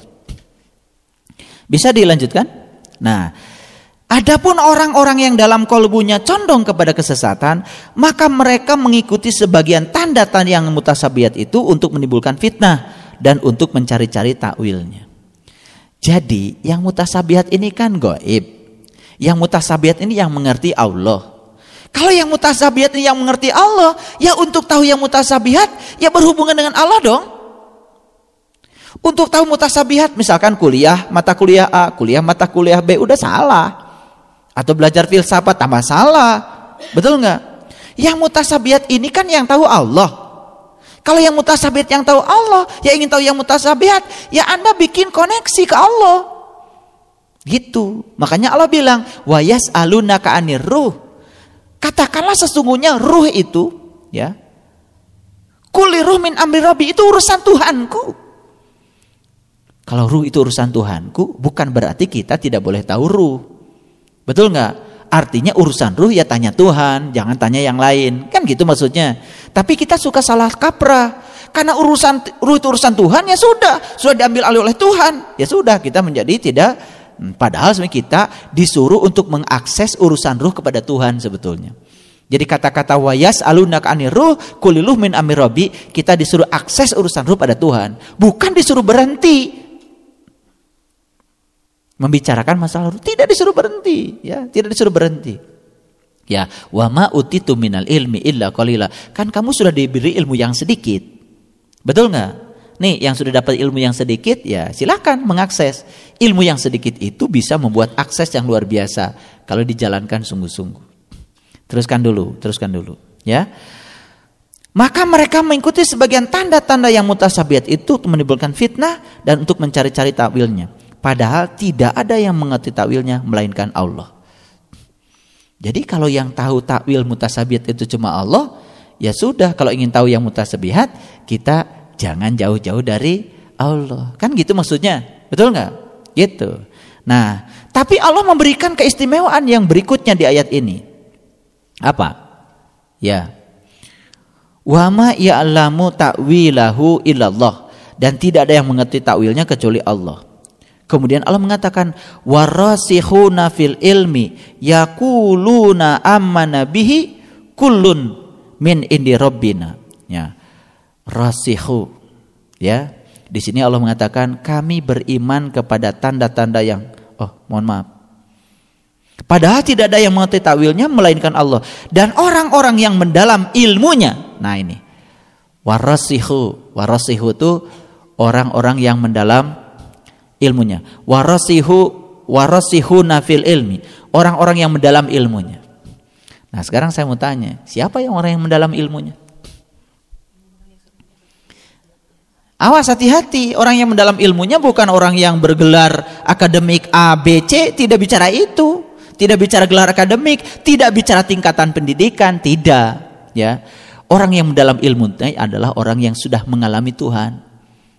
Bisa dilanjutkan? Nah, adapun orang-orang yang dalam kolbunya condong kepada kesesatan, maka mereka mengikuti sebagian tanda-tanda yang mutasabihat itu untuk menimbulkan fitnah dan untuk mencari-cari takwilnya. Jadi yang mutasabihat ini kan gaib. Yang mutasabihat ini yang mengerti Allah. Kalau yang mutasabihat ini yang mengerti Allah, ya untuk tahu yang mutasabihat, ya berhubungan dengan Allah dong. Untuk tahu mutasabihat, misalkan kuliah mata kuliah A, kuliah mata kuliah B, udah salah. Atau belajar filsafat tambah salah. Betul nggak? Yang mutasabihat ini kan yang tahu Allah. Kalau yang mutasabihat yang tahu Allah, ya ingin tahu yang mutasabihat, ya Anda bikin koneksi ke Allah. Gitu. Makanya Allah bilang, wa yas'alunaka 'anir ruh. Katakanlah sesungguhnya ruh itu, ya. Kulli ruh min amri rabbi, itu urusan Tuhanku. Kalau ruh itu urusan Tuhanku, bukan berarti kita tidak boleh tahu ruh. Betul nggak? Artinya urusan ruh ya tanya Tuhan, jangan tanya yang lain. Kan gitu maksudnya. Tapi kita suka salah kaprah. Karena urusan ruh itu urusan Tuhan, ya sudah. Sudah diambil alih oleh Tuhan. Ya sudah, kita menjadi tidak. Padahal sebenarnya kita disuruh untuk mengakses urusan ruh kepada Tuhan sebetulnya. Jadi kata-kata wayas alunaka anir ruh kuliluh min amir rabbi, kita disuruh akses urusan ruh pada Tuhan. Bukan disuruh berhenti membicarakan masalah ruh, tidak disuruh berhenti, ya, tidak disuruh berhenti. Ya, wa ma utitu minal ilmi illa qalila. Kan kamu sudah diberi ilmu yang sedikit. Betul nggak? Nih, yang sudah dapat ilmu yang sedikit, ya silakan mengakses. Ilmu yang sedikit itu bisa membuat akses yang luar biasa kalau dijalankan sungguh-sungguh. Teruskan dulu, teruskan dulu, ya. Maka mereka mengikuti sebagian tanda-tanda yang mutasabihat itu untuk menimbulkan fitnah dan untuk mencari-cari takwilnya. Padahal tidak ada yang mengerti takwilnya melainkan Allah. Jadi kalau yang tahu takwil mutasabihat itu cuma Allah, ya sudah, kalau ingin tahu yang mutasabihat, kita jangan jauh-jauh dari Allah. Kan gitu maksudnya, betul nggak? Gitu. Nah, tapi Allah memberikan keistimewaan yang berikutnya di ayat ini. Apa? Ya. Wa ma ya'lamu ta'wilahu illallah, dan tidak ada yang mengerti takwilnya kecuali Allah. Kemudian Allah mengatakan warasikhuna fil ilmi yaquluna amanna bihi kullun min indi rabbina. Ya. Rasikhu. Ya. Di sini Allah mengatakan kami beriman kepada tanda-tanda yang oh, mohon maaf. Padahal tidak ada yang mengerti takwilnya melainkan Allah, dan orang-orang yang mendalam ilmunya. Nah ini. Warasihu. Warasihu itu orang-orang yang mendalam ilmunya. Warasihu warasihuna fil ilmi, orang-orang yang mendalam ilmunya. Nah, sekarang saya mau tanya, siapa yang orang yang mendalam ilmunya? Awas, hati-hati, orang yang mendalam ilmunya bukan orang yang bergelar akademik A, B, C, tidak bicara itu. Tidak bicara gelar akademik, tidak bicara tingkatan pendidikan, tidak, ya. Orang yang mendalam ilmunya adalah orang yang sudah mengalami Tuhan.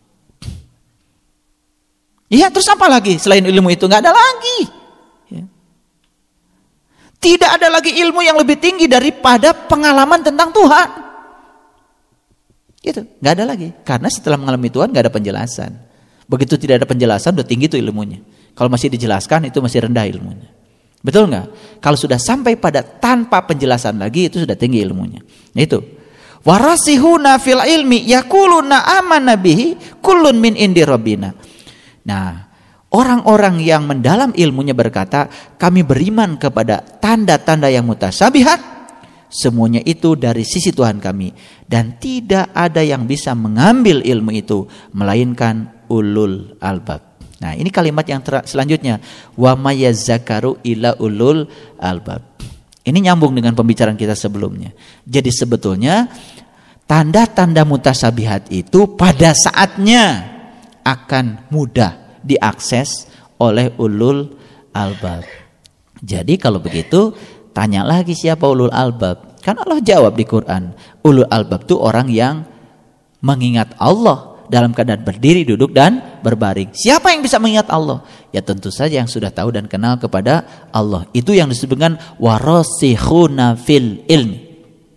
Iya, terus apa lagi selain ilmu itu? Nggak ada lagi. Ya. Tidak ada lagi ilmu yang lebih tinggi daripada pengalaman tentang Tuhan. Gitu, nggak ada lagi. Karena setelah mengalami Tuhan nggak ada penjelasan. Begitu tidak ada penjelasan, udah tinggi tuh ilmunya. Kalau masih dijelaskan itu masih rendah ilmunya. Betul nggak? Kalau sudah sampai pada tanpa penjelasan lagi itu sudah tinggi ilmunya. Itu. Warasihuna fil ilmi yaquluna amanna bihi kullun min indi rabbina. Nah, orang-orang yang mendalam ilmunya berkata, kami beriman kepada tanda-tanda yang mutasabihat, semuanya itu dari sisi Tuhan kami, dan tidak ada yang bisa mengambil ilmu itu melainkan ulul albab. Nah, ini kalimat yang selanjutnya, wa mayyazakaru ila ulul albab. Ini nyambung dengan pembicaraan kita sebelumnya. Jadi sebetulnya tanda-tanda mutasabihat itu pada saatnya akan mudah diakses oleh ulul albab. Jadi kalau begitu tanya lagi siapa ulul albab? Kan Allah jawab di Quran, ulul albab itu orang yang mengingat Allah dalam keadaan berdiri, duduk, dan berbaring. Siapa yang bisa mengingat Allah? Ya tentu saja yang sudah tahu dan kenal kepada Allah. Itu yang disebutkan warasikhuna fil ilmi.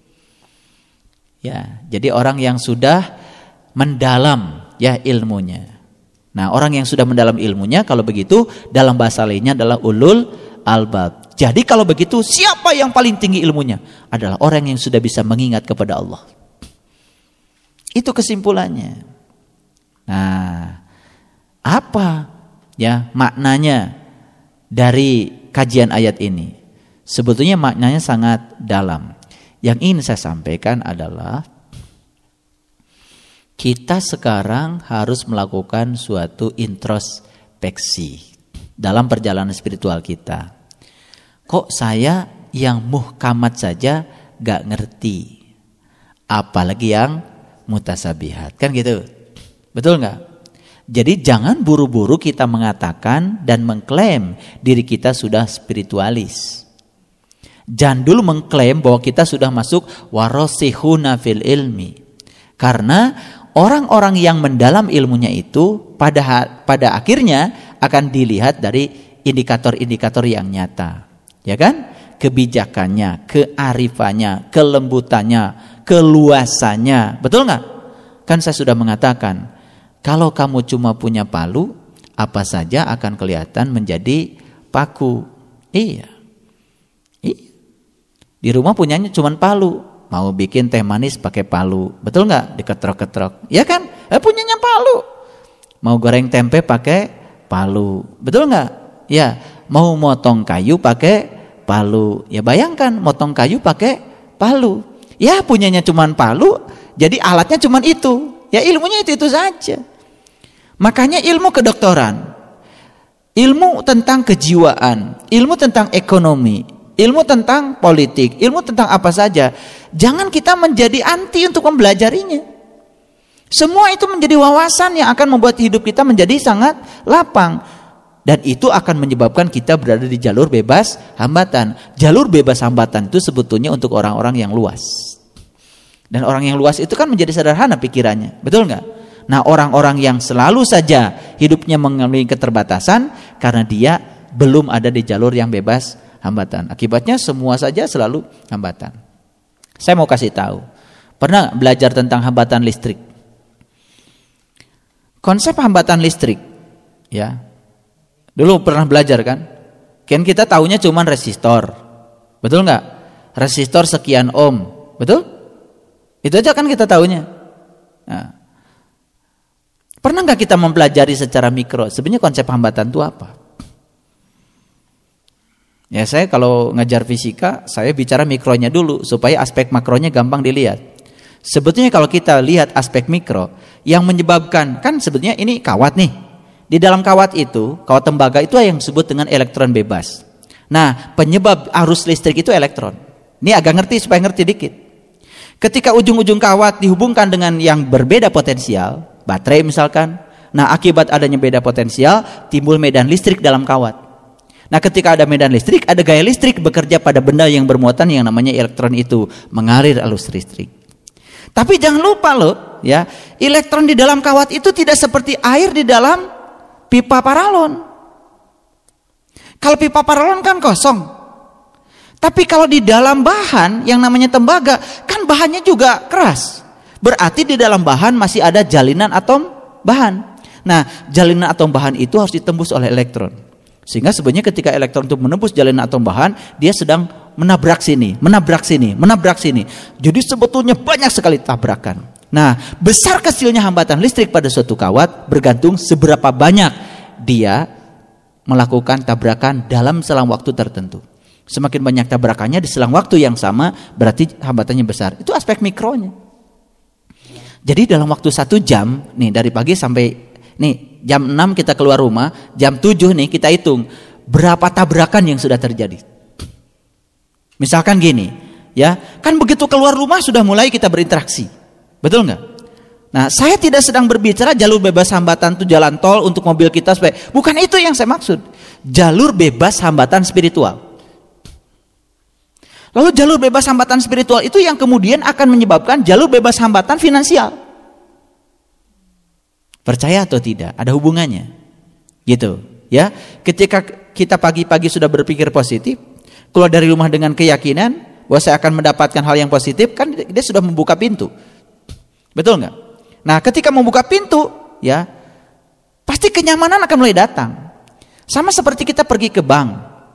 Ya, jadi orang yang sudah mendalam ya ilmunya. Nah, orang yang sudah mendalam ilmunya kalau begitu dalam bahasa lainnya adalah ulul albab. Jadi kalau begitu siapa yang paling tinggi ilmunya? Adalah orang yang sudah bisa mengingat kepada Allah. Itu kesimpulannya. Nah, apa ya maknanya dari kajian ayat ini? Sebetulnya maknanya sangat dalam. Yang ingin saya sampaikan adalah kita sekarang harus melakukan suatu introspeksi dalam perjalanan spiritual kita. Kok saya yang muhkamat saja gak ngerti, apalagi yang mutasabihat, kan gitu, betul gak? Jadi jangan buru-buru kita mengatakan dan mengklaim diri kita sudah spiritualis. Jangan dulu mengklaim bahwa kita sudah masuk warasihuna fil ilmi. Karena orang-orang yang mendalam ilmunya itu pada pada akhirnya akan dilihat dari indikator-indikator yang nyata. Ya kan? Kebijakannya, kearifannya, kelembutannya, keluasannya. Betul nggak? Kan saya sudah mengatakan, kalau kamu cuma punya palu, apa saja akan kelihatan menjadi paku. Iya. Iya. Di rumah punyanya cuma palu. Mau bikin teh manis pakai palu, betul nggak? Diketrok-ketrok, ya kan? Eh, punyanya palu. Mau goreng tempe pakai palu, betul nggak? Ya. Mau motong kayu pakai palu, ya bayangkan motong kayu pakai palu. Ya punyanya cuma palu, jadi alatnya cuma itu. Ya ilmunya itu itu saja. Makanya ilmu kedokteran, ilmu tentang kejiwaan, ilmu tentang ekonomi, ilmu tentang politik, ilmu tentang apa saja, jangan kita menjadi anti untuk mempelajarinya. Semua itu menjadi wawasan yang akan membuat hidup kita menjadi sangat lapang. Dan itu akan menyebabkan kita berada di jalur bebas hambatan. Jalur bebas hambatan itu sebetulnya untuk orang-orang yang luas. Dan orang yang luas itu kan menjadi sederhana pikirannya, betul nggak? Nah, orang-orang yang selalu saja hidupnya mengalami keterbatasan karena dia belum ada di jalur yang bebas hambatan. Akibatnya semua saja selalu hambatan. Saya mau kasih tahu. Pernah belajar tentang hambatan listrik? Konsep hambatan listrik, ya. Dulu pernah belajar kan? Kan kita taunya cuma resistor. Betul nggak? Resistor sekian ohm. Betul? Itu aja kan kita taunya. Nah, pernah nggak kita mempelajari secara mikro sebenarnya konsep hambatan itu apa? Ya, saya kalau ngajar fisika, saya bicara mikronya dulu supaya aspek makronya gampang dilihat. Sebetulnya kalau kita lihat aspek mikro, yang menyebabkan, kan sebetulnya ini kawat nih. Di dalam kawat itu, kawat tembaga itu yang disebut dengan elektron bebas. Nah, penyebab arus listrik itu elektron. Ini agak ngerti supaya ngerti dikit. Ketika ujung-ujung kawat dihubungkan dengan yang berbeda potensial, baterai misalkan, nah akibat adanya beda potensial, timbul medan listrik dalam kawat. Nah, ketika ada medan listrik, ada gaya listrik bekerja pada benda yang bermuatan yang namanya elektron itu, mengalir arus listrik. Tapi jangan lupa loh, ya, elektron di dalam kawat itu tidak seperti air di dalam pipa paralon. Kalau pipa paralon kan kosong. Tapi kalau di dalam bahan yang namanya tembaga, kan bahannya juga keras. Berarti di dalam bahan masih ada jalinan atom bahan. Nah, jalinan atom bahan itu harus ditembus oleh elektron. Sehingga sebenarnya ketika elektron itu menembus jalinan atom bahan, dia sedang menabrak sini, menabrak sini, menabrak sini. Jadi sebetulnya banyak sekali tabrakan. Nah, besar kecilnya hambatan listrik pada suatu kawat bergantung seberapa banyak dia melakukan tabrakan dalam selang waktu tertentu. Semakin banyak tabrakannya di selang waktu yang sama, berarti hambatannya besar. Itu aspek mikronya. Jadi dalam waktu satu jam, nih dari pagi sampai nih jam enam kita keluar rumah, jam tujuh nih kita hitung berapa tabrakan yang sudah terjadi. Misalkan gini, ya, kan begitu keluar rumah sudah mulai kita berinteraksi. Betul nggak? Nah, saya tidak sedang berbicara jalur bebas hambatan itu jalan tol untuk mobil kita supaya, bukan itu yang saya maksud. Jalur bebas hambatan spiritual. Lalu jalur bebas hambatan spiritual itu yang kemudian akan menyebabkan jalur bebas hambatan finansial. Percaya atau tidak? Ada hubungannya. Gitu, ya. Ketika kita pagi-pagi sudah berpikir positif, keluar dari rumah dengan keyakinan bahwa saya akan mendapatkan hal yang positif, kan dia sudah membuka pintu. Betul nggak? Nah, ketika membuka pintu, ya, pasti kenyamanan akan mulai datang. Sama seperti kita pergi ke bank.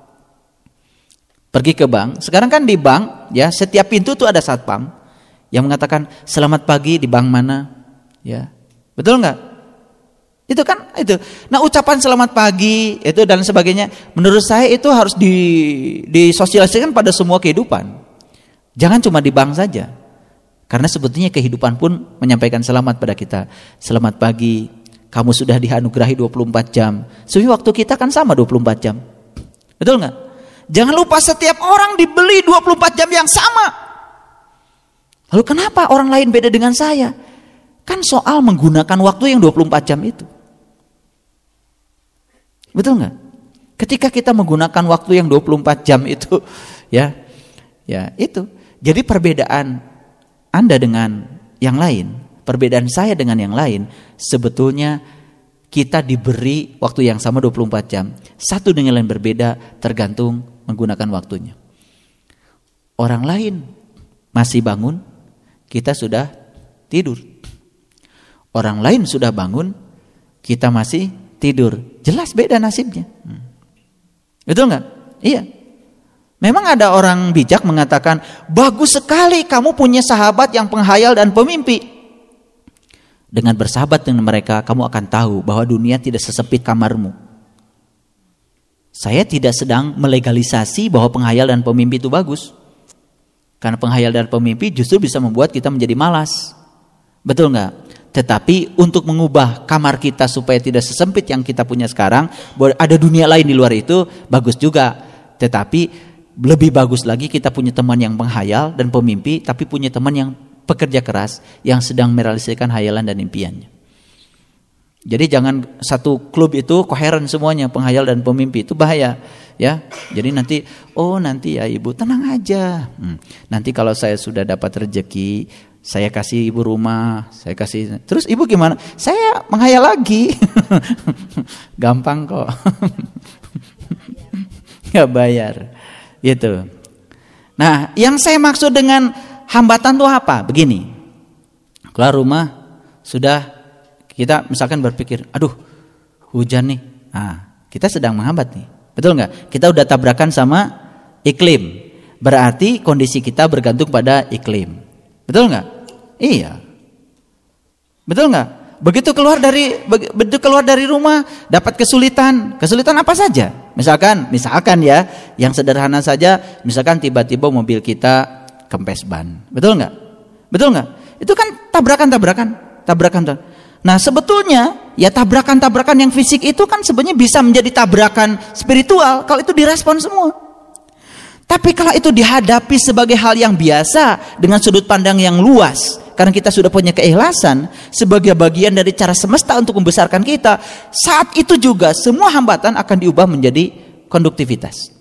Pergi ke bank. Sekarang kan di bank, ya, setiap pintu tuh ada satpam yang mengatakan selamat pagi di bank mana, ya, betul nggak? Itu kan itu. Nah, ucapan selamat pagi itu dan sebagainya, menurut saya itu harus di disosialisasikan pada semua kehidupan. Jangan cuma di bank saja. Karena sebetulnya kehidupan pun menyampaikan selamat pada kita. Selamat pagi, kamu sudah dianugerahi dua puluh empat jam. Sebenarnya waktu kita kan sama dua puluh empat jam. Betul nggak? Jangan lupa setiap orang dibeli dua puluh empat jam yang sama. Lalu kenapa orang lain beda dengan saya? Kan soal menggunakan waktu yang dua puluh empat jam itu. Betul nggak? Ketika kita menggunakan waktu yang dua puluh empat jam itu, ya, ya itu. Jadi perbedaan Anda dengan yang lain, perbedaan saya dengan yang lain, sebetulnya kita diberi waktu yang sama dua puluh empat jam. Satu dengan yang berbeda tergantung menggunakan waktunya. Orang lain masih bangun, kita sudah tidur. Orang lain sudah bangun, kita masih tidur. Jelas beda nasibnya. Hmm. Betul nggak? Iya. Memang ada orang bijak mengatakan, bagus sekali kamu punya sahabat yang penghayal dan pemimpi. Dengan bersahabat dengan mereka, kamu akan tahu bahwa dunia tidak sesempit kamarmu. Saya tidak sedang melegalisasi bahwa penghayal dan pemimpi itu bagus. Karena penghayal dan pemimpi justru bisa membuat kita menjadi malas. Betul nggak? Tetapi untuk mengubah kamar kita supaya tidak sesempit yang kita punya sekarang, bahwa ada dunia lain di luar itu, bagus juga. Tetapi lebih bagus lagi kita punya teman yang penghayal dan pemimpi, tapi punya teman yang pekerja keras yang sedang merealisasikan hayalan dan impiannya. Jadi jangan satu klub itu koheren semuanya, penghayal dan pemimpi, itu bahaya ya. Jadi nanti oh nanti ya ibu tenang aja. Hmm. Nanti kalau saya sudah dapat rezeki, saya kasih ibu rumah, saya kasih. Terus ibu gimana? Saya menghayal lagi. Gampang kok. Nggak bayar. Gitu. Nah, yang saya maksud dengan hambatan itu apa? Begini. Keluar rumah sudah kita misalkan berpikir, aduh hujan nih, nah, kita sedang menghambat nih, betul nggak? Kita udah tabrakan sama iklim, berarti kondisi kita bergantung pada iklim, betul nggak? Iya, betul nggak? Begitu keluar dari begitu keluar dari rumah dapat kesulitan, kesulitan apa saja? Misalkan, misalkan ya, yang sederhana saja, misalkan tiba-tiba mobil kita kempes ban, betul nggak? Betul nggak? Itu kan tabrakan-tabrakan, tabrakan-tabrakan. Nah sebetulnya ya tabrakan-tabrakan yang fisik itu kan sebenarnya bisa menjadi tabrakan spiritual kalau itu direspon semua. Tapi kalau itu dihadapi sebagai hal yang biasa dengan sudut pandang yang luas, karena kita sudah punya keikhlasan sebagai bagian dari cara semesta untuk membesarkan kita, saat itu juga semua hambatan akan diubah menjadi konduktivitas.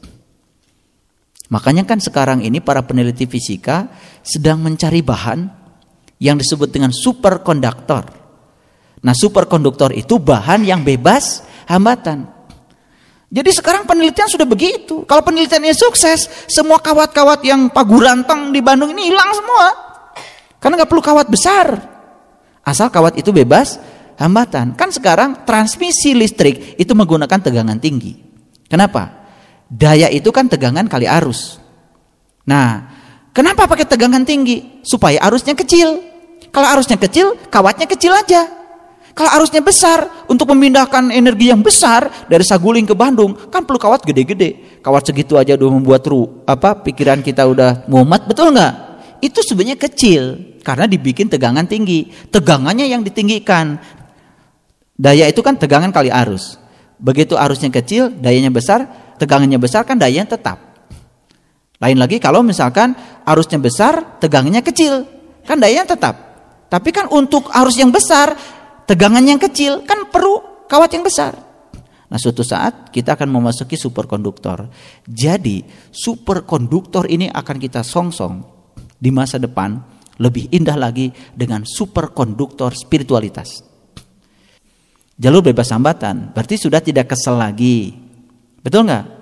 Makanya kan sekarang ini para peneliti fisika sedang mencari bahan yang disebut dengan superkonduktor. Nah, superkonduktor itu bahan yang bebas hambatan. Jadi sekarang penelitian sudah begitu. Kalau penelitiannya sukses, semua kawat-kawat yang pagu rantang di Bandung ini hilang semua. Karena nggak perlu kawat besar. Asal kawat itu bebas hambatan. Kan sekarang transmisi listrik itu menggunakan tegangan tinggi. Kenapa? Daya itu kan tegangan kali arus. Nah, kenapa pakai tegangan tinggi? Supaya arusnya kecil. Kalau arusnya kecil, kawatnya kecil aja. Kalau arusnya besar, untuk memindahkan energi yang besar dari Saguling ke Bandung, kan perlu kawat gede-gede. Kawat segitu aja udah membuat ru, apa pikiran kita udah mumet, betul nggak? Itu sebenarnya kecil karena dibikin tegangan tinggi. Tegangannya yang ditinggikan. Daya itu kan tegangan kali arus. Begitu arusnya kecil, dayanya besar, tegangannya besar kan dayanya tetap. Lain lagi kalau misalkan arusnya besar, tegangannya kecil, kan dayanya tetap. Tapi kan untuk arus yang besar, tegangan yang kecil kan perlu kawat yang besar. Nah, suatu saat kita akan memasuki superkonduktor. Jadi superkonduktor ini akan kita songsong di masa depan lebih indah lagi dengan superkonduktor spiritualitas. Jalur bebas hambatan berarti sudah tidak kesel lagi, betul nggak?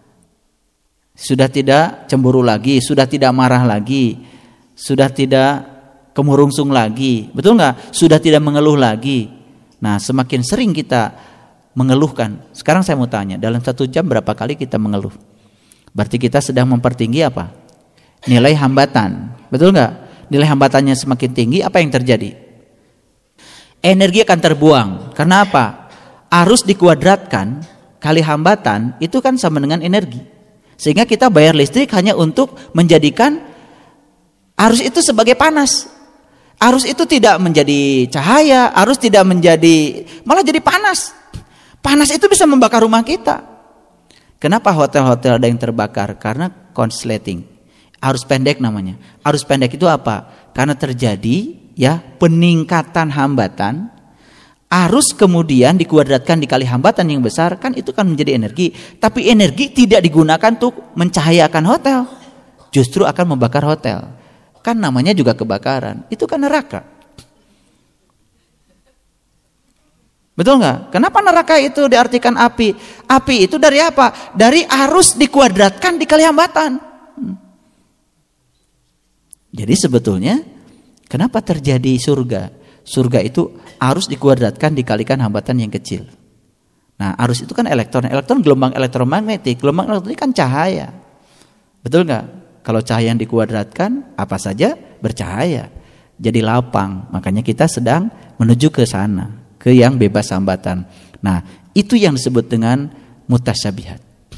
Sudah tidak cemburu lagi, sudah tidak marah lagi, sudah tidak kemurungsung lagi, betul nggak? Sudah tidak mengeluh lagi. Nah, semakin sering kita mengeluhkan, sekarang saya mau tanya, dalam satu jam berapa kali kita mengeluh? Berarti kita sedang mempertinggi apa? Nilai hambatan, betul nggak? Nilai hambatannya semakin tinggi, apa yang terjadi? Energi akan terbuang. Karena apa? Arus dikuadratkan kali hambatan itu kan sama dengan energi. Sehingga kita bayar listrik hanya untuk menjadikan arus itu sebagai panas. Arus itu tidak menjadi cahaya, arus tidak menjadi, malah jadi panas. Panas itu bisa membakar rumah kita. Kenapa hotel-hotel ada yang terbakar? Karena konsleting. Arus pendek namanya. Arus pendek itu apa? Karena terjadi ya peningkatan hambatan. Arus kemudian dikuadratkan dikali hambatan yang besar, kan itu kan menjadi energi. Tapi energi tidak digunakan untuk mencahayakan hotel. Justru akan membakar hotel. Kan namanya juga kebakaran, itu kan neraka. Betul nggak? Kenapa neraka itu diartikan api? Api itu dari apa? Dari arus dikuadratkan dikali hambatan. Hmm. Jadi sebetulnya kenapa terjadi surga? Surga itu arus dikuadratkan dikalikan hambatan yang kecil. Nah, arus itu kan elektron, elektron gelombang elektromagnetik, gelombang elektronik kan cahaya. Betul nggak? Kalau cahaya yang dikuadratkan, apa saja bercahaya. Jadi lapang. Makanya kita sedang menuju ke sana, ke yang bebas hambatan. Nah, itu yang disebut dengan mutasyabihat.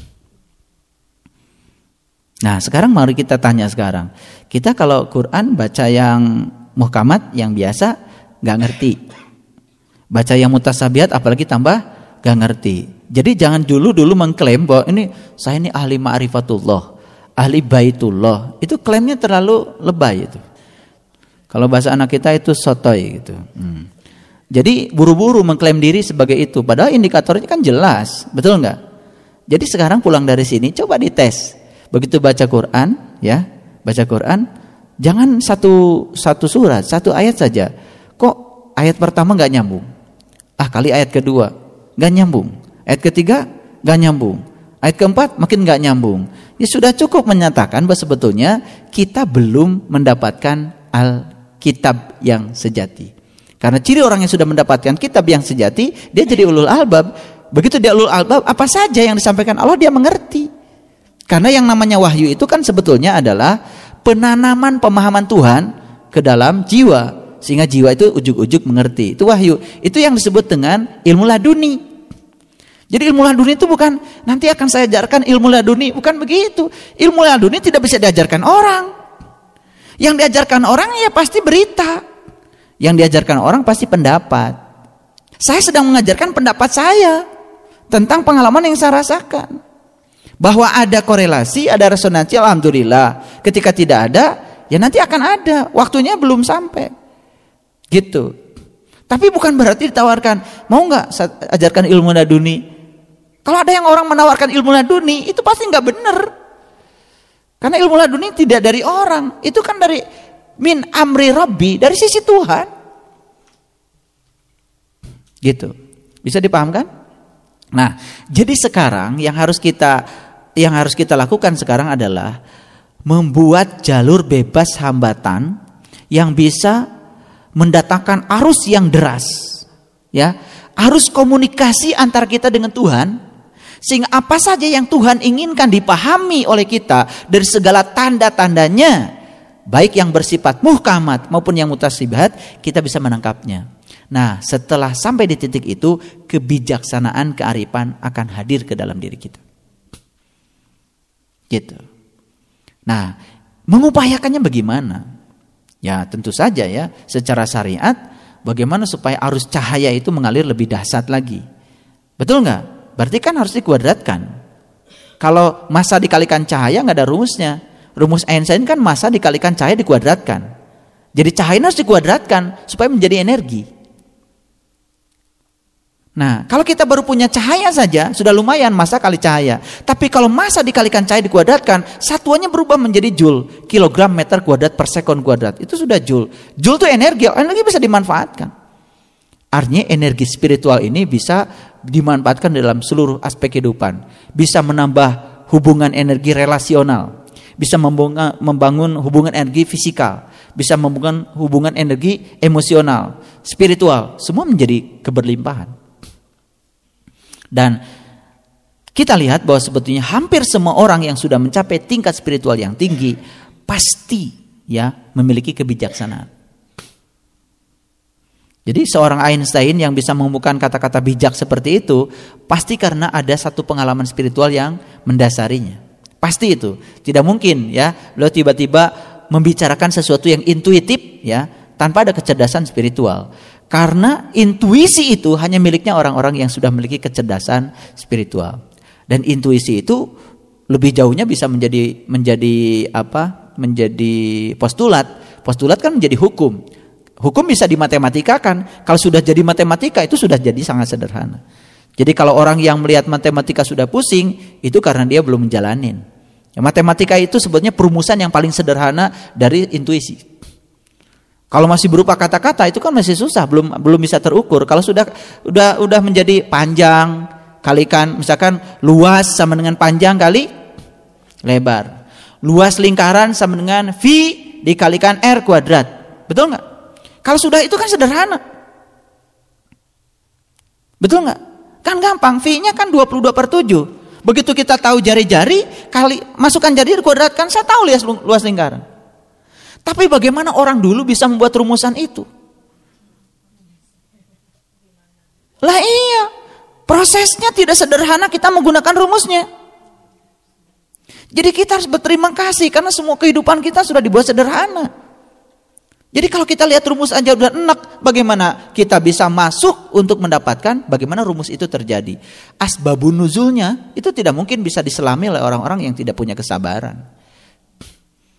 Nah, sekarang mari kita tanya sekarang. Kita kalau Quran baca yang muhkamat, yang biasa, gak ngerti. Baca yang mutasyabihat, apalagi tambah gak ngerti. Jadi jangan dulu-dulu mengklaim bahwa ini saya ini ahli ma'rifatullah, ahli baitullah, itu klaimnya terlalu lebay itu. Kalau bahasa anak kita itu sotoy gitu. Hmm. Jadi buru-buru mengklaim diri sebagai itu, padahal indikatornya kan jelas, betul nggak? Jadi sekarang pulang dari sini, coba dites. Begitu baca Quran, ya, baca Quran, jangan satu satu surat, satu ayat saja. Kok ayat pertama nggak nyambung? Ah, kali ayat kedua nggak nyambung, ayat ketiga nggak nyambung, ayat keempat makin nggak nyambung. Ya sudah cukup menyatakan bahwa sebetulnya kita belum mendapatkan Alkitab yang sejati. Karena ciri orang yang sudah mendapatkan kitab yang sejati, dia jadi ulul albab. Begitu dia ulul albab, apa saja yang disampaikan Allah dia mengerti. Karena yang namanya wahyu itu kan sebetulnya adalah penanaman pemahaman Tuhan ke dalam jiwa, sehingga jiwa itu ujuk-ujuk mengerti. Itu wahyu. Itu yang disebut dengan ilmu laduni. Jadi ilmu laduni itu bukan nanti akan saya ajarkan ilmu laduni, bukan begitu. Ilmu laduni tidak bisa diajarkan orang. Yang diajarkan orang ya pasti berita. Yang diajarkan orang pasti pendapat. Saya sedang mengajarkan pendapat saya tentang pengalaman yang saya rasakan. Bahwa ada korelasi, ada resonansi, alhamdulillah. Ketika tidak ada, ya nanti akan ada. Waktunya belum sampai. Gitu. Tapi bukan berarti ditawarkan, mau nggak saya ajarkan ilmu laduni? Kalau ada yang orang menawarkan ilmu laduni, itu pasti nggak benar. Karena ilmu laduni tidak dari orang, itu kan dari min amri Rabbi, dari sisi Tuhan. Gitu. Bisa dipahamkan? Nah, jadi sekarang yang harus kita yang harus kita lakukan sekarang adalah membuat jalur bebas hambatan yang bisa mendatangkan arus yang deras. Ya, arus komunikasi antara kita dengan Tuhan, sehingga apa saja yang Tuhan inginkan dipahami oleh kita dari segala tanda-tandanya, baik yang bersifat muhkamat maupun yang mutasyabihat, kita bisa menangkapnya. Nah, setelah sampai di titik itu, kebijaksanaan, kearifan akan hadir ke dalam diri kita. Gitu. Nah, mengupayakannya bagaimana? Ya, tentu saja ya, secara syariat, bagaimana supaya arus cahaya itu mengalir lebih dahsyat lagi. Betul nggak? Berarti kan harus dikuadratkan. Kalau massa dikalikan cahaya nggak ada rumusnya. Rumus Einstein kan massa dikalikan cahaya dikuadratkan. Jadi cahaya harus dikuadratkan supaya menjadi energi. Nah, kalau kita baru punya cahaya saja sudah lumayan massa kali cahaya. Tapi kalau massa dikalikan cahaya dikuadratkan, satuannya berubah menjadi joule, kilogram meter kuadrat per sekon kuadrat. Itu sudah joule. Joule itu energi, energi bisa dimanfaatkan. Artinya energi spiritual ini bisa dimanfaatkan dalam seluruh aspek kehidupan. Bisa menambah hubungan energi relasional. Bisa membangun hubungan energi fisikal, bisa membangun hubungan energi emosional, spiritual, semua menjadi keberlimpahan. Dan kita lihat bahwa sebetulnya hampir semua orang yang sudah mencapai tingkat spiritual yang tinggi pasti ya memiliki kebijaksanaan. Jadi seorang Einstein yang bisa menemukan kata-kata bijak seperti itu pasti karena ada satu pengalaman spiritual yang mendasarinya. Pasti itu. Tidak mungkin ya beliau tiba-tiba membicarakan sesuatu yang intuitif ya tanpa ada kecerdasan spiritual. Karena intuisi itu hanya miliknya orang-orang yang sudah memiliki kecerdasan spiritual. Dan intuisi itu lebih jauhnya bisa menjadi menjadi apa? Menjadi postulat. Postulat kan menjadi hukum. Hukum bisa dimatematika-kan. Kalau sudah jadi matematika itu sudah jadi sangat sederhana. Jadi kalau orang yang melihat matematika sudah pusing, itu karena dia belum menjalanin. Ya, matematika itu sebetulnya perumusan yang paling sederhana dari intuisi. Kalau masih berupa kata-kata itu kan masih susah, belum belum bisa terukur. Kalau sudah udah udah menjadi panjang kalikan, misalkan luas sama dengan panjang kali lebar. Luas lingkaran sama dengan V dikalikan R kuadrat. Betul nggak? Kalau sudah itu kan sederhana. Betul nggak? Kan gampang, V-nya kan dua puluh dua per tujuh. Begitu kita tahu jari-jari, kali masukkan jari dikuadratkan, saya tahu luas, luas lingkaran. Tapi bagaimana orang dulu bisa membuat rumusan itu? Lah iya, prosesnya tidak sederhana kita menggunakan rumusnya. Jadi kita harus berterima kasih karena semua kehidupan kita sudah dibuat sederhana. Jadi kalau kita lihat rumus aja udah enak, bagaimana kita bisa masuk untuk mendapatkan bagaimana rumus itu terjadi. Asbabun nuzulnya itu tidak mungkin bisa diselami oleh orang-orang yang tidak punya kesabaran.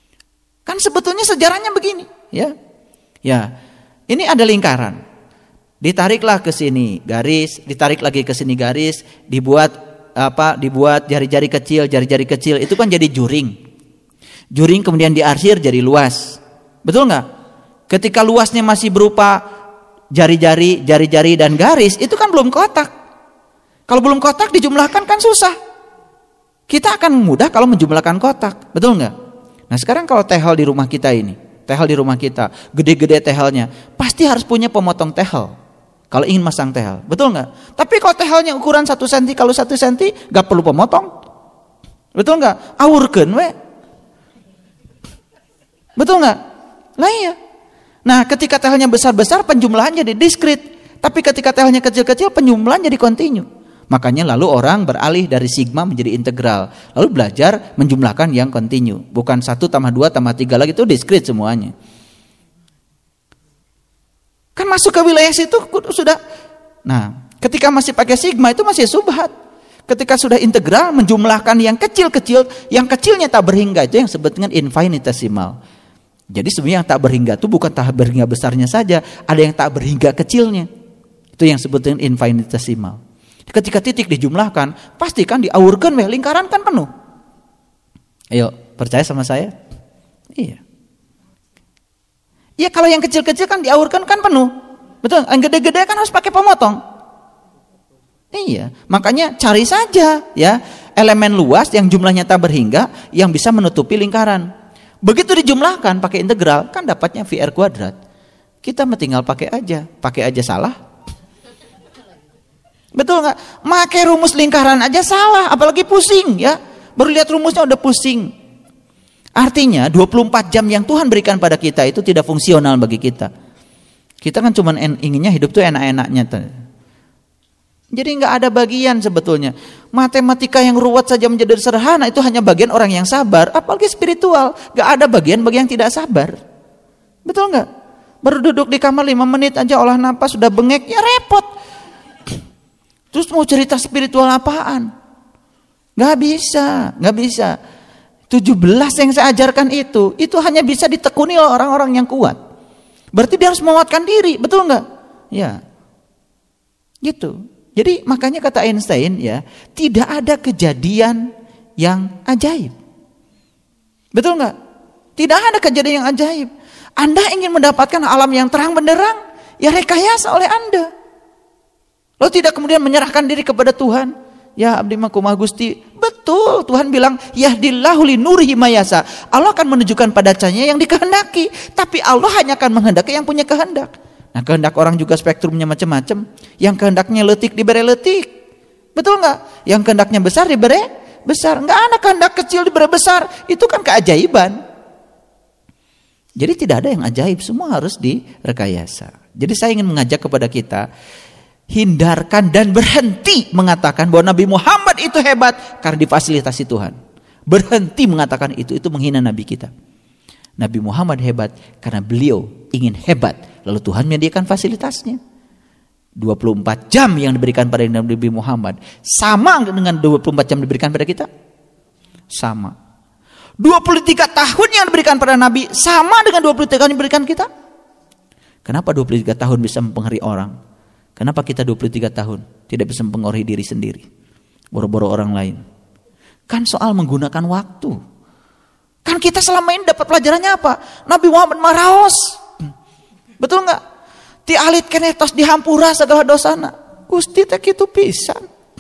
Kan sebetulnya sejarahnya begini, ya. Ya. Ini ada lingkaran. Ditariklah ke sini garis, ditarik lagi ke sini garis, dibuat apa? Dibuat jari-jari kecil, jari-jari kecil itu kan jadi juring. Juring kemudian diarsir jadi luas. Betul nggak? Ketika luasnya masih berupa jari-jari, jari-jari dan garis, itu kan belum kotak. Kalau belum kotak dijumlahkan kan susah. Kita akan mudah kalau menjumlahkan kotak, betul nggak? Nah sekarang kalau tehel di rumah kita ini, tehel di rumah kita, gede-gede tehelnya, pasti harus punya pemotong tehel. Kalau ingin masang tehel, betul nggak? Tapi kalau tehelnya ukuran satu senti, kalau satu senti, nggak perlu pemotong, betul nggak? Awurkeun we, betul nggak? Lah iya. Nah ketika tehelnya besar-besar, penjumlahan jadi diskrit. Tapi ketika tehelnya kecil-kecil, penjumlahan jadi kontinu. Makanya lalu orang beralih dari sigma menjadi integral. Lalu belajar menjumlahkan yang kontinu. Bukan satu tambah dua tambah tiga lagi, itu diskrit semuanya. Kan masuk ke wilayah situ sudah. Nah ketika masih pakai sigma itu masih subhat. Ketika sudah integral menjumlahkan yang kecil-kecil, yang kecilnya tak berhingga, itu yang disebut dengan infinitesimal. Jadi sebenarnya yang tak berhingga itu bukan tak berhingga besarnya saja, ada yang tak berhingga kecilnya. Itu yang disebut dengan infinitesimal. Ketika titik dijumlahkan, pastikan diaurkan weh, lingkaran kan penuh. Ayo, percaya sama saya? Iya. Iya, kalau yang kecil-kecil kan diaurkan kan penuh. Betul, yang gede-gede kan harus pakai pemotong. Iya, makanya cari saja ya elemen luas yang jumlahnya tak berhingga yang bisa menutupi lingkaran. Begitu dijumlahkan pakai integral, kan dapatnya V R kuadrat. Kita tinggal pakai aja, pakai aja salah. Betul nggak? Makai rumus lingkaran aja salah, apalagi pusing ya. Baru lihat rumusnya udah pusing. Artinya dua puluh empat jam yang Tuhan berikan pada kita itu tidak fungsional bagi kita. Kita kan cuma inginnya hidup tuh enak-enaknya. Jadi nggak ada bagian sebetulnya. Matematika yang ruwet saja menjadi sederhana itu hanya bagian orang yang sabar, apalagi spiritual. Nggak ada bagian bagi yang tidak sabar. Betul nggak? Baru duduk di kamar lima menit aja olah napas sudah bengek, ya repot. Terus mau cerita spiritual apaan? Gak bisa, gak bisa. tujuh belas yang saya ajarkan itu, itu hanya bisa ditekuni oleh orang-orang yang kuat. Berarti dia harus menguatkan diri, betul gak? Ya, gitu. Jadi makanya kata Einstein ya, tidak ada kejadian yang ajaib. Betul gak? Tidak ada kejadian yang ajaib. Anda ingin mendapatkan alam yang terang benderang, ya rekayasa oleh Anda. Lo tidak kemudian menyerahkan diri kepada Tuhan. Ya abdi makumah Gusti. Betul, Tuhan bilang yahdillahu li nurihi mayasa. Allah akan menunjukkan pada cahaya yang dikehendaki. Tapi Allah hanya akan menghendaki yang punya kehendak. Nah kehendak orang juga spektrumnya macam-macam. Yang kehendaknya letik diberi letik. Betul nggak? Yang kehendaknya besar diberi besar. Nggak ada kehendak kecil diberi besar. Itu kan keajaiban. Jadi tidak ada yang ajaib. Semua harus direkayasa. Jadi saya ingin mengajak kepada kita, hindarkan dan berhenti mengatakan bahwa Nabi Muhammad itu hebat karena difasilitasi Tuhan. Berhenti mengatakan itu, itu menghina Nabi kita. Nabi Muhammad hebat karena beliau ingin hebat, lalu Tuhan menyediakan fasilitasnya. dua puluh empat jam yang diberikan pada Nabi Muhammad sama dengan dua puluh empat jam diberikan pada kita? Sama. dua puluh tiga tahun yang diberikan pada Nabi sama dengan dua puluh tiga tahun yang diberikan kita? Kenapa dua puluh tiga tahun bisa mempengaruhi orang? Kenapa kita dua puluh tiga tahun tidak bisa mempengaruhi diri sendiri? Boro-boro orang lain. Kan soal menggunakan waktu. Kan kita selama ini dapat pelajarannya apa? Nabi Muhammad maraos. Betul nggak? Ti alit keneh tos dihampura segala dosana. Gusti teh kitu pisan.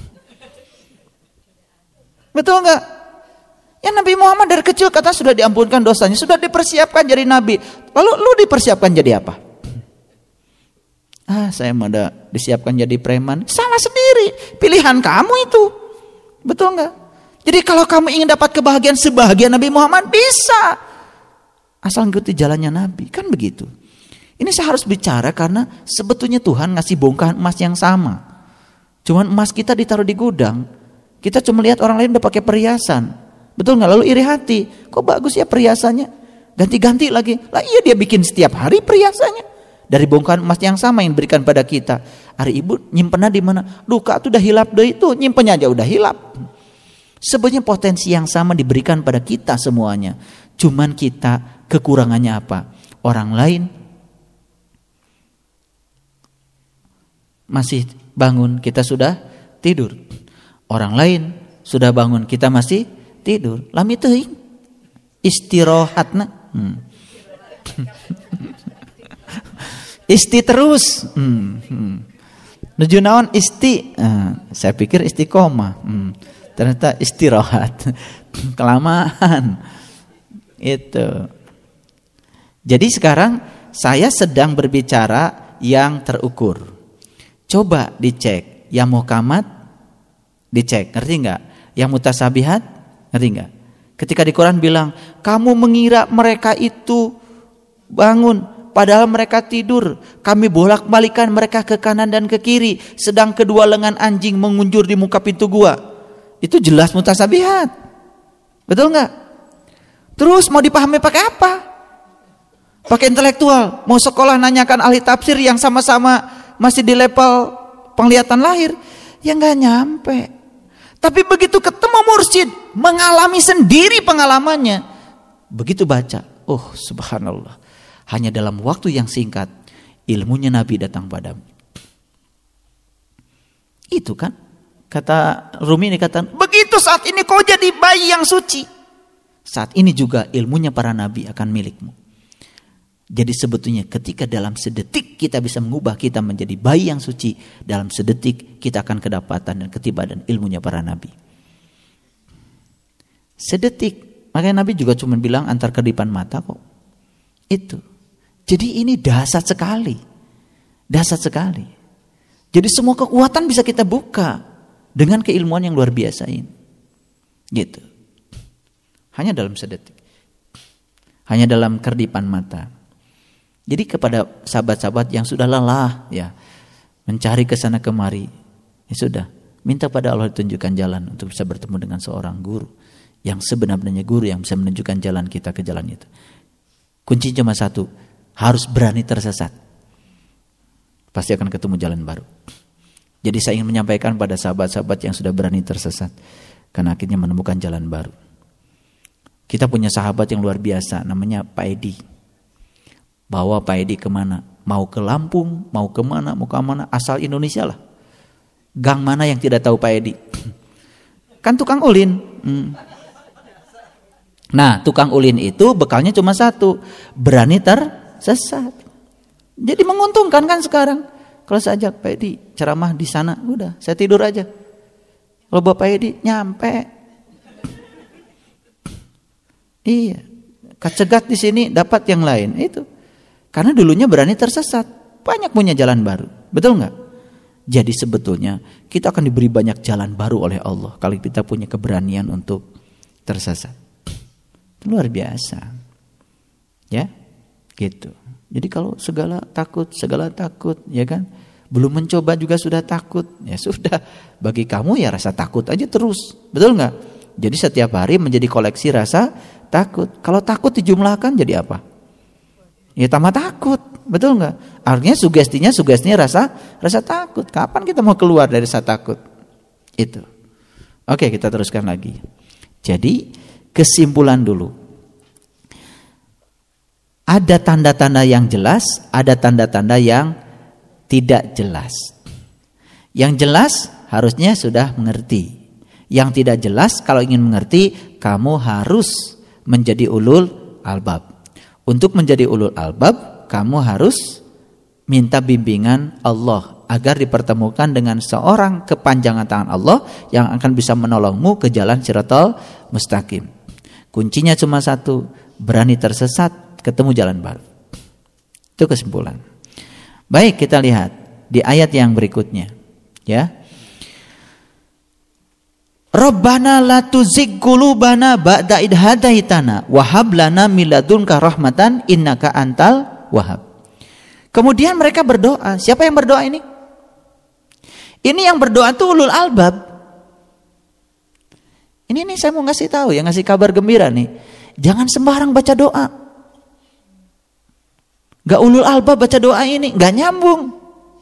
Betul nggak? Ya Nabi Muhammad dari kecil kata sudah diampunkan dosanya, sudah dipersiapkan jadi nabi. Lalu lu dipersiapkan jadi apa? Ah, saya ada disiapkan jadi preman. Salah sendiri. Pilihan kamu itu. Betul nggak? Jadi kalau kamu ingin dapat kebahagiaan sebahagia Nabi Muhammad, bisa. Asal ngikuti jalannya Nabi. Kan begitu. Ini saya harus bicara karena sebetulnya Tuhan ngasih bongkahan emas yang sama. Cuman emas kita ditaruh di gudang. Kita cuma lihat orang lain udah pakai perhiasan. Betul nggak? Lalu iri hati. Kok bagus ya perhiasannya? Ganti-ganti lagi. Lah iya dia bikin setiap hari perhiasannya. Dari bongkahan emas yang sama yang diberikan pada kita. Hari ibu nyimpennya di mana? Duka itu udah hilap deh itu, nyimpennya aja udah hilap. Sebenarnya potensi yang sama diberikan pada kita semuanya. Cuman kita kekurangannya apa? Orang lain masih bangun, kita sudah tidur. Orang lain sudah bangun, kita masih tidur. Lami teuing istirahatna. Hmm. Isti terus. Hmm. Hmm. Nuju naon isti? Uh, saya pikir istiqomah. Hmm. Ternyata istirahat. Kelamaan. Itu. Jadi sekarang saya sedang berbicara yang terukur. Coba dicek. Yang muhkamat dicek. Ngerti enggak? Yang mutasabihat ngerti enggak? Ketika di Quran bilang, kamu mengira mereka itu bangun, padahal mereka tidur. Kami bolak-balikan mereka ke kanan dan ke kiri, sedang kedua lengan anjing mengunjur di muka pintu gua. Itu jelas mutasabihat. Betul enggak? Terus mau dipahami pakai apa? Pakai intelektual. Mau sekolah nanyakan ahli tafsir yang sama-sama masih di level penglihatan lahir, ya enggak nyampe. Tapi begitu ketemu mursyid, mengalami sendiri pengalamannya, begitu baca, oh subhanallah, hanya dalam waktu yang singkat ilmunya Nabi datang padamu. Itu kan kata Rumi ini, kata begitu saat ini kau jadi bayi yang suci, saat ini juga ilmunya para nabi akan milikmu. Jadi sebetulnya ketika dalam sedetik kita bisa mengubah kita menjadi bayi yang suci, dalam sedetik kita akan kedapatan dan ketiba dan ilmunya para nabi. Sedetik. Makanya Nabi juga cuma bilang antar kedipan mata kok. Itu. Jadi ini dahsyat sekali. Dahsyat sekali. Jadi semua kekuatan bisa kita buka dengan keilmuan yang luar biasa ini. Gitu. Hanya dalam sedetik. Hanya dalam kedipan mata. Jadi kepada sahabat-sahabat yang sudah lelah ya mencari ke sana kemari, ya sudah, minta pada Allah ditunjukkan jalan untuk bisa bertemu dengan seorang guru yang sebenarnya guru yang bisa menunjukkan jalan kita ke jalan itu. Kunci cuma satu, harus berani tersesat. Pasti akan ketemu jalan baru. Jadi saya ingin menyampaikan pada sahabat-sahabat yang sudah berani tersesat, karena akhirnya menemukan jalan baru. Kita punya sahabat yang luar biasa, namanya Pak Edi. Bawa Pak Edi kemana? Mau ke Lampung, mau kemana, mau ke mana, asal Indonesia lah. Gang mana yang tidak tahu Pak Edi? Kan tukang ulin. Hmm. Nah, tukang ulin itu bekalnya cuma satu, berani tersesat. Jadi menguntungkan kan sekarang. Kalau saya ajak Pak Edi ceramah di sana, udah saya tidur aja. Kalau bawa Pak Edi nyampe. Iya, kecegat di sini dapat yang lain itu. Karena dulunya berani tersesat, banyak punya jalan baru, betul nggak? Jadi sebetulnya kita akan diberi banyak jalan baru oleh Allah kalau kita punya keberanian untuk tersesat. Luar biasa, ya, gitu. Jadi kalau segala takut, segala takut, ya kan? Belum mencoba juga sudah takut, ya sudah. Bagi kamu ya rasa takut aja terus, betul nggak? Jadi setiap hari menjadi koleksi rasa takut. Kalau takut dijumlahkan jadi apa? Ya tambah takut, betul nggak? Artinya sugestinya, sugestinya rasa, rasa takut. Kapan kita mau keluar dari rasa takut? Itu. Oke, kita teruskan lagi. Jadi kesimpulan dulu. Ada tanda-tanda yang jelas, ada tanda-tanda yang tidak jelas. Yang jelas harusnya sudah mengerti. Yang tidak jelas kalau ingin mengerti, kamu harus menjadi ulul albab. Untuk menjadi ulul albab, kamu harus minta bimbingan Allah agar dipertemukan dengan seorang kepanjangan tangan Allah yang akan bisa menolongmu ke jalan Shiratal Mustaqim. Kuncinya cuma satu, berani tersesat, ketemu jalan baru. Itu kesimpulan. Baik, kita lihat di ayat yang berikutnya, ya. Rabbana la tuzigh qulubana ba'da idh hadaitana wa hab lana min ladunka rahmatan innaka antal wahhab. Kemudian mereka berdoa. Siapa yang berdoa ini? Ini yang berdoa tuh ulul albab. Ini nih saya mau ngasih tahu ya, ngasih kabar gembira nih. Jangan sembarang baca doa. Gak ulul albab baca doa ini, gak nyambung.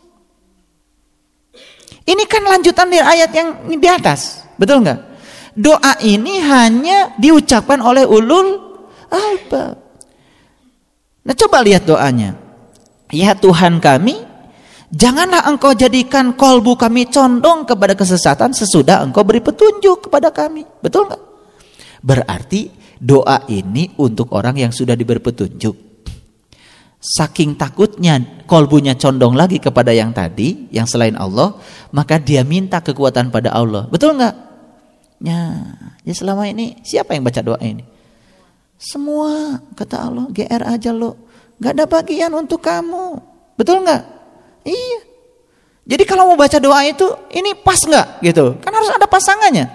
Ini kan lanjutan dari ayat yang di atas. Betul nggak? Doa ini hanya diucapkan oleh ulul albab. Nah coba lihat doanya. Ya Tuhan kami, Janganlah engkau jadikan kolbu kami condong kepada kesesatan sesudah engkau beri petunjuk kepada kami. Betul nggak? Berarti doa ini untuk orang yang sudah diberi petunjuk. Saking takutnya kolbunya condong lagi kepada yang tadi, yang selain Allah, maka dia minta kekuatan pada Allah. Betul nggak? Ya, ya selama ini siapa yang baca doa ini? Semua, kata Allah, G R aja lo, nggak ada bagian untuk kamu. Betul nggak? Iya. Jadi kalau mau baca doa itu, ini pas nggak gitu? Kan harus ada pasangannya.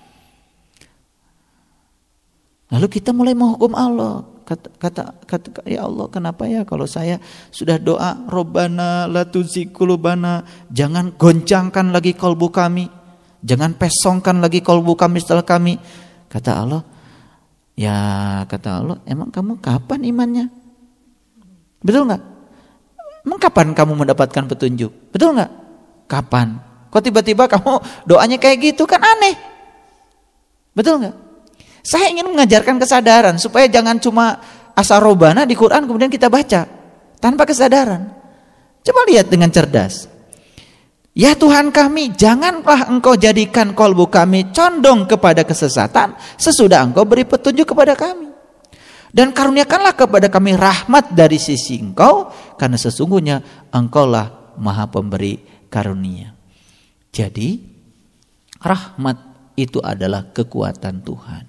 Lalu kita mulai menghukum Allah. Kata, kata, kata ya Allah, kenapa ya kalau saya sudah doa Robbana la tuzigh qulubana, jangan goncangkan lagi kalbu kami, jangan pesongkan lagi kalbu kami setelah kami. Kata Allah, ya kata Allah, emang kamu kapan imannya? Betul nggak? Emang kapan kamu mendapatkan petunjuk? Betul nggak? Kapan? Kok tiba-tiba kamu doanya kayak gitu, kan aneh. Betul nggak? Saya ingin mengajarkan kesadaran supaya jangan cuma asal robana di Quran kemudian kita baca tanpa kesadaran. Coba lihat dengan cerdas. Ya Tuhan kami, janganlah engkau jadikan kolbu kami condong kepada kesesatan sesudah engkau beri petunjuk kepada kami. Dan karuniakanlah kepada kami rahmat dari sisi engkau, karena sesungguhnya engkaulah maha pemberi karunia. Jadi rahmat itu adalah kekuatan Tuhan.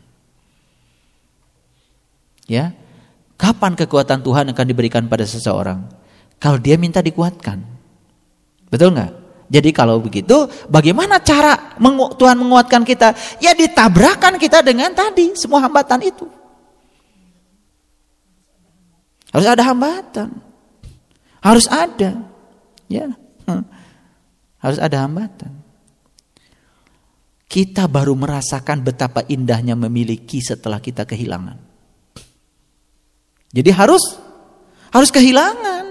Ya, kapan kekuatan Tuhan akan diberikan pada seseorang? Kalau dia minta dikuatkan. Betul nggak? Jadi kalau begitu, bagaimana cara mengu- Tuhan menguatkan kita? Ya ditabrakan kita dengan tadi semua hambatan itu. Harus ada hambatan, harus ada, ya, harus ada hambatan. Kita baru merasakan betapa indahnya memiliki setelah kita kehilangan. Jadi harus harus kehilangan.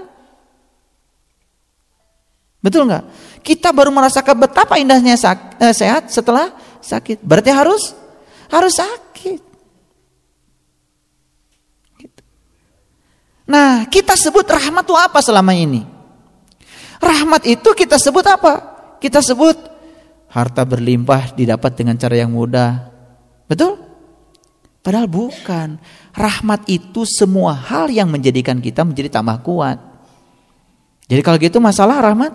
Betul nggak? Kita baru merasakan betapa indahnya sak, eh, sehat setelah sakit. Berarti harus harus sakit. Gitu. Nah, kita sebut rahmat itu apa selama ini? Rahmat itu kita sebut apa? Kita sebut harta berlimpah didapat dengan cara yang mudah. Betul? Padahal bukan. Rahmat itu semua hal yang menjadikan kita menjadi tambah kuat. Jadi kalau gitu masalah rahmat?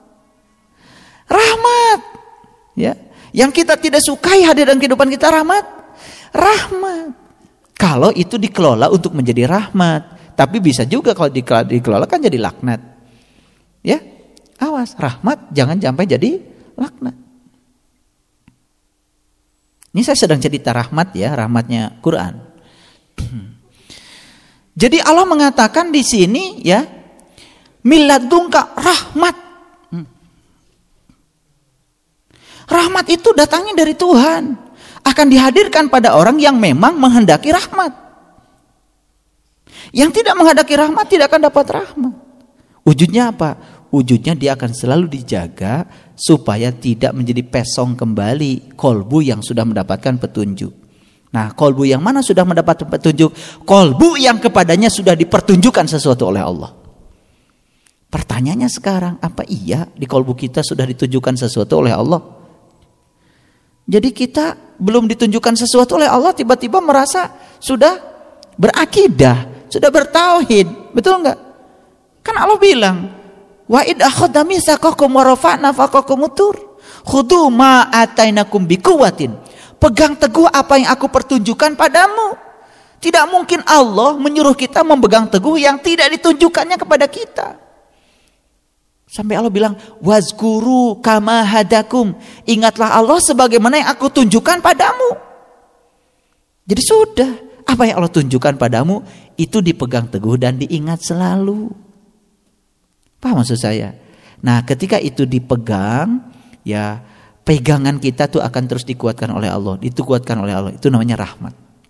Rahmat. Ya. Yang kita tidak sukai hadir dalam kehidupan kita rahmat? Rahmat. Kalau itu dikelola untuk menjadi rahmat. Tapi bisa juga kalau dikelola kan jadi laknat. Ya. Awas, rahmat jangan sampai jadi laknat. Ini saya sedang cerita rahmat ya, rahmatnya Quran. Jadi Allah mengatakan di sini ya, miladungka rahmat. Rahmat itu datangnya dari Tuhan, akan dihadirkan pada orang yang memang menghendaki rahmat. Yang tidak menghendaki rahmat tidak akan dapat rahmat. Wujudnya apa? Wujudnya dia akan selalu dijaga supaya tidak menjadi pesong kembali kolbu yang sudah mendapatkan petunjuk. Nah, kolbu yang mana sudah mendapat petunjuk? Kolbu yang kepadanya sudah dipertunjukkan sesuatu oleh Allah. Pertanyaannya sekarang, apa iya di kolbu kita sudah ditunjukkan sesuatu oleh Allah? Jadi kita belum ditunjukkan sesuatu oleh Allah, tiba-tiba merasa sudah berakidah, sudah bertauhid. Betul enggak? Kan Allah bilang, wa id akhadna mitsaqakum wa rafa'na fawqakum tur khudhu ma atainakum biquwwatin. Pegang teguh apa yang aku pertunjukkan padamu. Tidak mungkin Allah menyuruh kita memegang teguh yang tidak ditunjukkannya kepada kita. Sampai Allah bilang, wazkuru kama hadakum. Ingatlah Allah sebagaimana yang aku tunjukkan padamu. Jadi sudah, apa yang Allah tunjukkan padamu itu dipegang teguh dan diingat selalu. Paham maksud saya? Nah, ketika itu dipegang, ya pegangan kita tuh akan terus dikuatkan oleh Allah, dikuatkan oleh Allah. Itu namanya rahmat.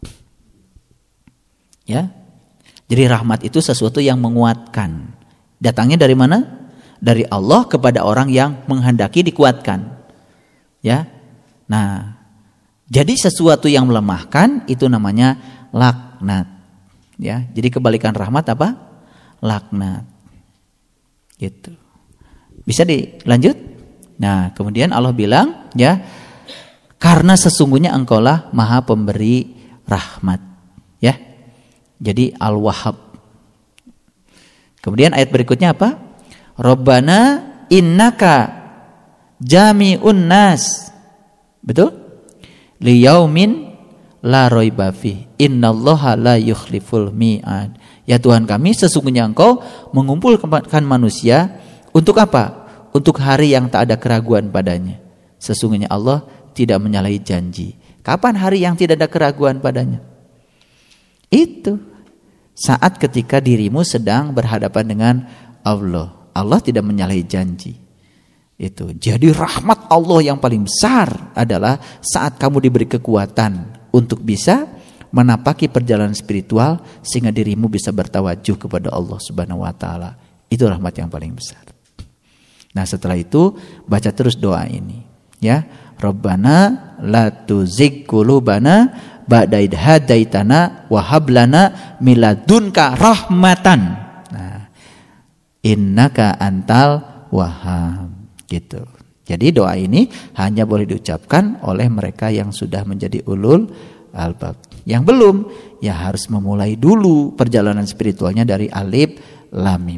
Ya. Jadi rahmat itu sesuatu yang menguatkan. Datangnya dari mana? Dari Allah kepada orang yang menghendaki dikuatkan. Ya. Nah, jadi sesuatu yang melemahkan itu namanya laknat. Ya. Jadi kebalikan rahmat apa? Laknat. Gitu. Bisa dilanjut? Nah, kemudian Allah bilang, ya, karena sesungguhnya engkaulah Maha Pemberi rahmat, ya. Jadi Al-Wahhab. Kemudian ayat berikutnya apa? Rabbana innaka jami'un nas. Betul? Liyaumin la raiba fi. Innallaha la yukhliful mi'ad. Ya Tuhan kami, sesungguhnya Engkau mengumpulkan manusia untuk apa? Untuk hari yang tak ada keraguan padanya. Sesungguhnya Allah tidak menyalahi janji. Kapan hari yang tidak ada keraguan padanya? Itu saat ketika dirimu sedang berhadapan dengan Allah. Allah tidak menyalahi janji. Itu. Jadi rahmat Allah yang paling besar adalah saat kamu diberi kekuatan untuk bisa menapaki perjalanan spiritual sehingga dirimu bisa bertawajuh kepada Allah Subhanahu wa taala. Itu rahmat yang paling besar. Nah, setelah itu baca terus doa ini, ya. Rabbana la tuzigh qulubana ba'da idh hadaitana wa hab lana min ladunka rahmatan. Nah, innaka antal wahhab, gitu. Jadi doa ini hanya boleh diucapkan oleh mereka yang sudah menjadi ulul albab. Yang belum, ya harus memulai dulu perjalanan spiritualnya dari alif lam mim.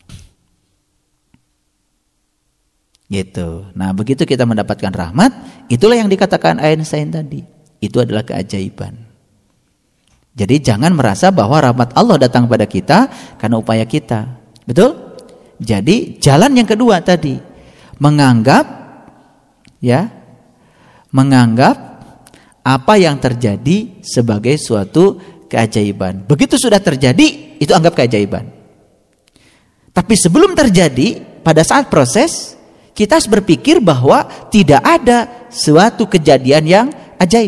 Gitu. Nah, begitu kita mendapatkan rahmat, itulah yang dikatakan Einstein tadi. Itu adalah keajaiban. Jadi jangan merasa bahwa rahmat Allah datang pada kita karena upaya kita. Betul? Jadi jalan yang kedua tadi, menganggap ya, menganggap apa yang terjadi sebagai suatu keajaiban. Begitu sudah terjadi, itu anggap keajaiban. Tapi sebelum terjadi, pada saat proses, kita harus berpikir bahwa tidak ada suatu kejadian yang ajaib.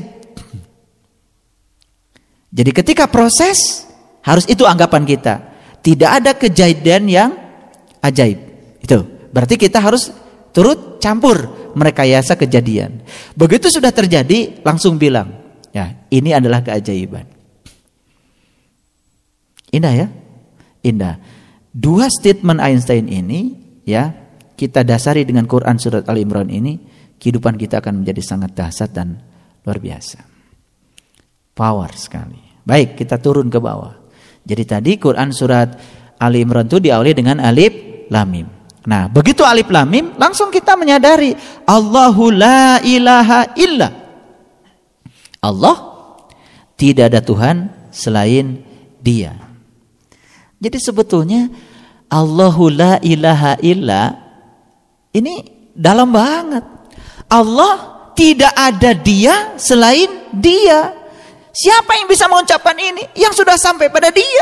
Jadi ketika proses, harus itu anggapan kita. Tidak ada kejadian yang ajaib. Itu berarti kita harus turut campur merekayasa kejadian. Begitu sudah terjadi, langsung bilang, ya ini adalah keajaiban. Indah ya? Indah. Dua statement Einstein ini, ya, kita dasari dengan Quran surat Al-Imran ini, kehidupan kita akan menjadi sangat dahsyat dan luar biasa. Power sekali. Baik, kita turun ke bawah. Jadi tadi Quran surat Al-Imran itu diawali dengan alif lam mim. Nah, begitu alif lam mim, langsung kita menyadari Allahu la ilaha illa. Allah tidak ada Tuhan selain Dia. Jadi sebetulnya Allahu la ilaha illa ini dalam banget. Allah tidak ada Dia selain Dia. Siapa yang bisa mengucapkan ini? Yang sudah sampai pada Dia.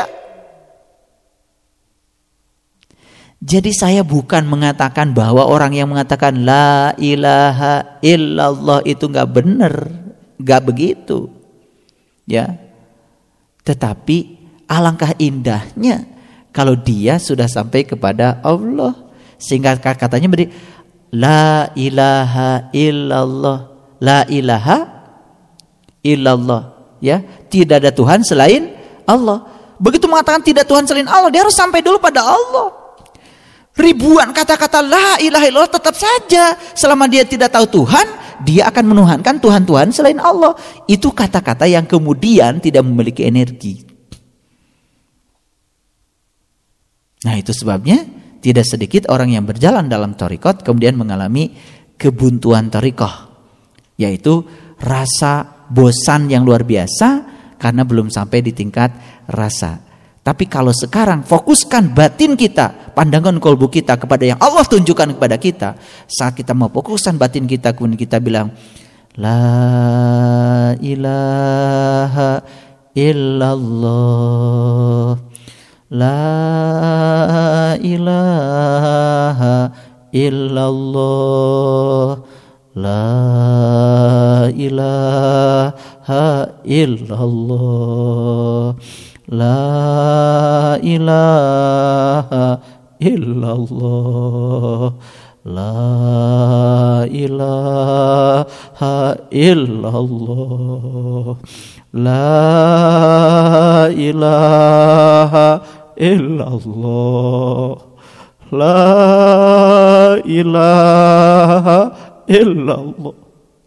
Jadi saya bukan mengatakan bahwa orang yang mengatakan la ilaha illallah itu nggak benar, nggak begitu, ya. Tetapi alangkah indahnya kalau dia sudah sampai kepada Allah, sehingga katanya beri la ilaha illallah, la ilaha illallah, ya, tidak ada Tuhan selain Allah. Begitu mengatakan tidak Tuhan selain Allah, dia harus sampai dulu pada Allah. Ribuan kata-kata la ilaha illallah tetap saja selama dia tidak tahu Tuhan, dia akan menuhankan Tuhan-Tuhan selain Allah. Itu kata-kata yang kemudian tidak memiliki energi. Nah, itu sebabnya tidak sedikit orang yang berjalan dalam thariqat kemudian mengalami kebuntuan thariqah, yaitu rasa bosan yang luar biasa karena belum sampai di tingkat rasa. Tapi kalau sekarang fokuskan batin kita, pandangan kolbu kita kepada yang Allah tunjukkan kepada kita, saat kita mau fokuskan batin kita, kemudian kita bilang la ilaha illallah, la ilaha illallah, la ilaha illallah, la ilaha illallah, la ilaha illallah, la ilaha illallah, la ilaha illallah.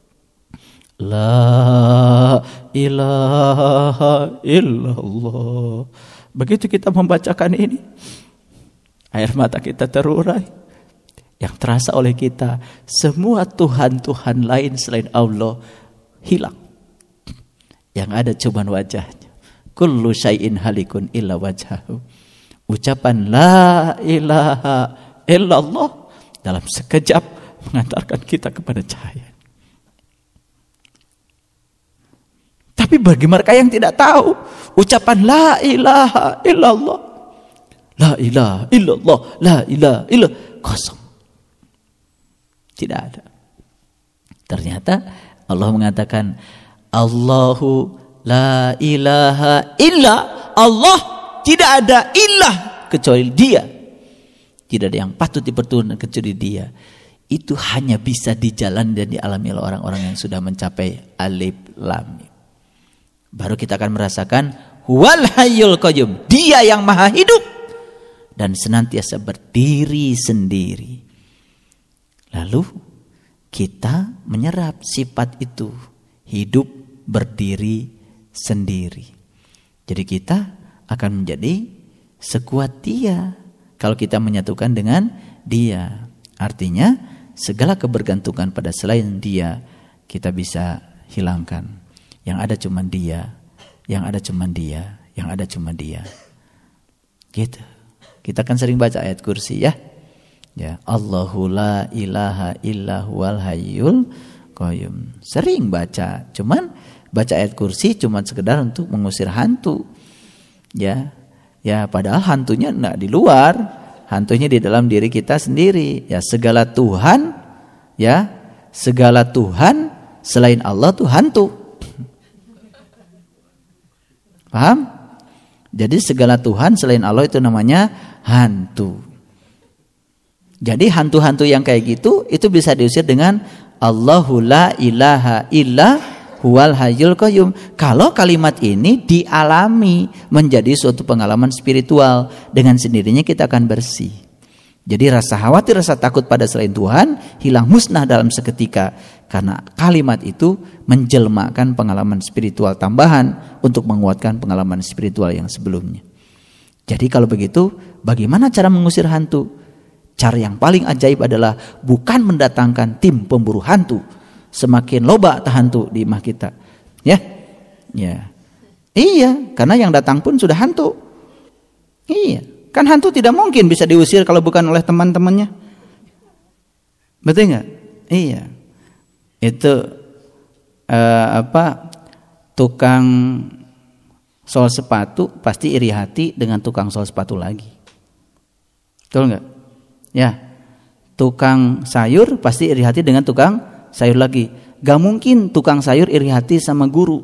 La ilaha illallah. Begitu kita membacakan ini, air mata kita terurai. Yang terasa oleh kita, semua Tuhan-Tuhan lain selain Allah hilang. Yang ada cuma wajahnya. Kullu syai'in halikun illa wajhahu. Ucapan la ilaha illallah dalam sekejap mengantarkan kita kepada cahaya. Tapi bagi mereka yang tidak tahu, ucapan la ilaha illallah, la ilaha illallah, la ilaha illallah, kosong. Tidak ada. Ternyata Allah mengatakan, Allahu la ilaha illa, Allah tidak ada ilah kecuali Dia. Tidak ada yang patut dipertuhan kecuali Dia. Itu hanya bisa dijalani dan dialami oleh orang-orang yang sudah mencapai alif lam mim. Baru kita akan merasakan huwal hayyul qayyum, Dia yang maha hidup dan senantiasa berdiri sendiri. Lalu kita menyerap sifat itu, hidup berdiri sendiri. Jadi kita akan menjadi sekuat Dia kalau kita menyatukan dengan Dia. Artinya segala kebergantungan pada selain Dia kita bisa hilangkan. Yang ada cuma Dia, yang ada cuma Dia, yang ada cuma Dia. Gitu. Kita kan sering baca ayat kursi ya. Ya, Allahu la ilaha illa huwal hayyul qayyum. Sering baca, cuman baca ayat kursi cuman sekedar untuk mengusir hantu. Ya. Ya, padahal hantunya enggak di luar, hantunya di dalam diri kita sendiri. Ya, segala Tuhan, ya, segala Tuhan selain Allah tuh hantu. Paham? Jadi segala Tuhan selain Allah itu namanya hantu. Jadi hantu-hantu yang kayak gitu itu bisa diusir dengan Allahu la ilaha illa huwal hayyul qayyum. Kalau kalimat ini dialami menjadi suatu pengalaman spiritual, dengan sendirinya kita akan bersih. Jadi rasa khawatir, rasa takut pada selain Tuhan hilang musnah dalam seketika, karena kalimat itu menjelmakan pengalaman spiritual tambahan untuk menguatkan pengalaman spiritual yang sebelumnya. Jadi kalau begitu, bagaimana cara mengusir hantu? Cara yang paling ajaib adalah bukan mendatangkan tim pemburu hantu. Semakin loba hantu di imah kita. Ya. Ya. Iya, karena yang datang pun sudah hantu. Iya. Kan hantu tidak mungkin bisa diusir kalau bukan oleh teman-temannya. Betul nggak? Iya. Itu uh, apa? Tukang sol sepatu pasti iri hati dengan tukang sol sepatu lagi. Betul nggak? Ya. Tukang sayur pasti iri hati dengan tukang sayur lagi. Gak mungkin tukang sayur iri hati sama guru.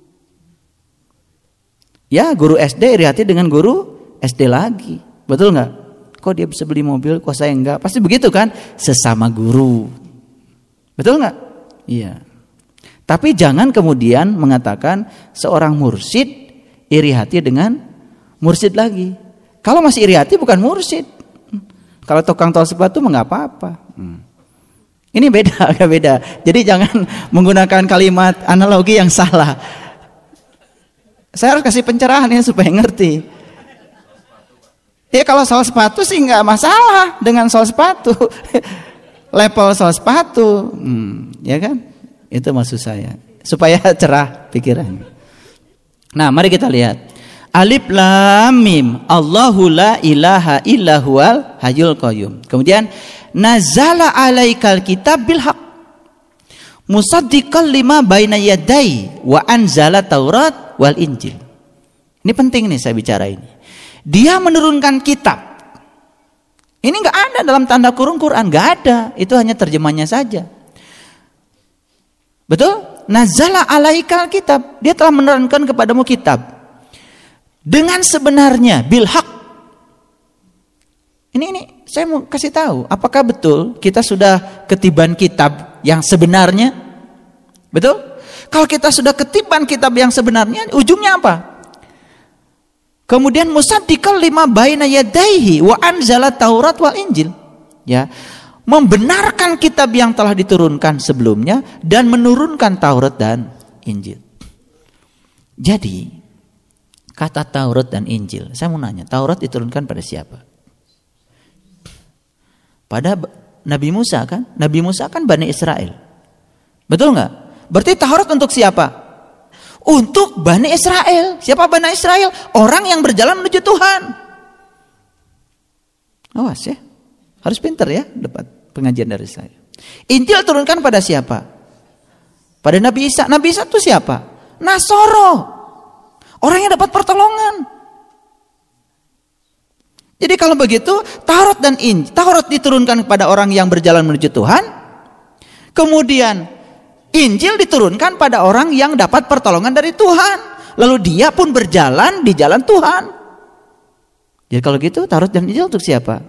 Ya, guru S D iri hati dengan guru S D lagi, betul nggak? Kok dia bisa beli mobil, kok saya enggak? Pasti begitu kan? Sesama guru, betul nggak? Iya. Tapi jangan kemudian mengatakan seorang mursyid iri hati dengan mursyid lagi. Kalau masih iri hati bukan mursyid. Kalau tukang tol sepatu mah nggak apa-apa. Hmm. Ini beda, agak beda. Jadi jangan menggunakan kalimat analogi yang salah. Saya harus kasih pencerahan ya supaya ngerti. Ya kalau soal sepatu sih nggak masalah dengan soal sepatu, level soal sepatu, hmm, ya kan? Itu maksud saya supaya cerah pikirannya. Nah, mari kita lihat alif lam mim, Allahu la ilaha illa huwal hayyul qayyum. Kemudian nazala alaikal kitab bil haqq musaddiqan lima baina yadai wa anzala taurat wal injil. Ini penting nih saya bicara ini. Dia menurunkan kitab. Ini nggak ada dalam tanda kurung Quran, nggak ada. Itu hanya terjemahnya saja. Betul? Nazala alaikal kitab. Dia telah menurunkan kepadamu kitab dengan sebenarnya, bil haq. Ini ini saya mau kasih tahu. Apakah betul kita sudah ketiban kitab yang sebenarnya? Betul? Kalau kita sudah ketiban kitab yang sebenarnya, ujungnya apa? Kemudian musaddiqal lima baina yadaihi wa anzala Taurat wal Injil. Ya. membenarkan kitab yang telah diturunkan sebelumnya dan menurunkan Taurat dan Injil. Jadi kata Taurat dan Injil, saya mau nanya, Taurat diturunkan pada siapa? Pada Nabi Musa kan? Nabi Musa kan Bani Israel. Betul nggak? Berarti Taurat untuk siapa? Untuk Bani Israel. Siapa Bani Israel? Orang yang berjalan menuju Tuhan. Awas ya. Harus pintar ya dapat pengajian dari saya. Injil turunkan pada siapa? Pada Nabi Isa. Nabi Isa itu siapa? Nasoro. Orang yang dapat pertolongan. Jadi kalau begitu, Taurat dan Injil, Taurat diturunkan kepada orang yang berjalan menuju Tuhan. Kemudian Injil diturunkan pada orang yang dapat pertolongan dari Tuhan. Lalu dia pun berjalan di jalan Tuhan. Jadi kalau gitu Taurat dan Injil untuk siapa?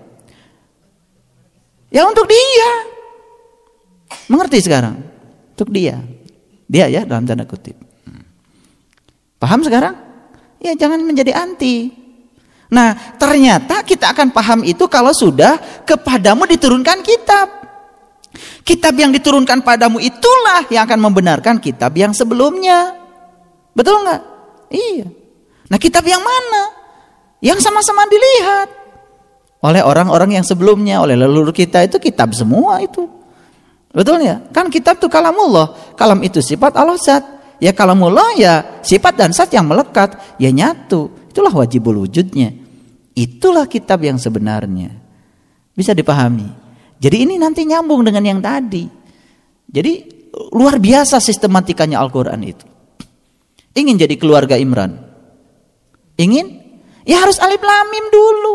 Ya untuk dia. Mengerti sekarang? Untuk dia. Dia ya dalam tanda kutip. Paham sekarang? Ya jangan menjadi anti. Nah ternyata kita akan paham itu kalau sudah kepadamu diturunkan kitab. Kitab yang diturunkan padamu itulah yang akan membenarkan kitab yang sebelumnya. Betul nggak? Iya. Nah kitab yang mana? Yang sama-sama dilihat oleh orang-orang yang sebelumnya, oleh leluhur kita itu kitab semua itu. Betul ya? Kan kitab itu kalamullah. Kalam itu sifat Allah zat. Ya kalamullah ya sifat dan zat yang melekat. Ya nyatu. Itulah wajibul wujudnya. Itulah kitab yang sebenarnya. Bisa dipahami. Jadi ini nanti nyambung dengan yang tadi. Jadi luar biasa sistematikanya Al-Quran itu. Ingin jadi keluarga Imran? Ingin? Ya harus alif lam mim dulu.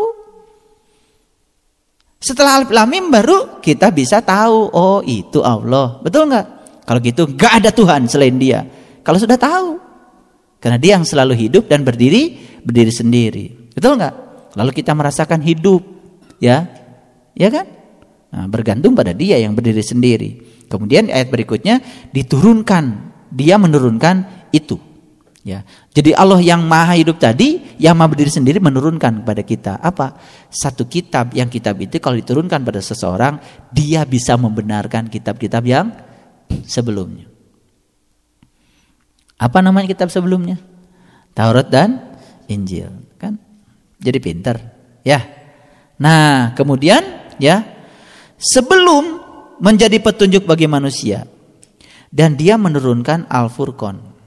Setelah alif lam mim baru kita bisa tahu, oh itu Allah. Betul nggak? Kalau gitu nggak ada Tuhan selain Dia. Kalau sudah tahu, karena Dia yang selalu hidup dan berdiri berdiri sendiri. Betul nggak? Lalu kita merasakan hidup, ya, ya kan? Nah, bergantung pada Dia yang berdiri sendiri. Kemudian ayat berikutnya diturunkan, Dia menurunkan itu. Ya, jadi Allah yang maha hidup tadi, yang maha berdiri sendiri menurunkan kepada kita apa? Satu kitab, yang kitab itu kalau diturunkan pada seseorang, dia bisa membenarkan kitab-kitab yang sebelumnya. Apa namanya kitab sebelumnya? Taurat dan Injil, kan? Jadi pintar, ya. Nah, kemudian ya, sebelum menjadi petunjuk bagi manusia, dan Dia menurunkan Al-Furqan.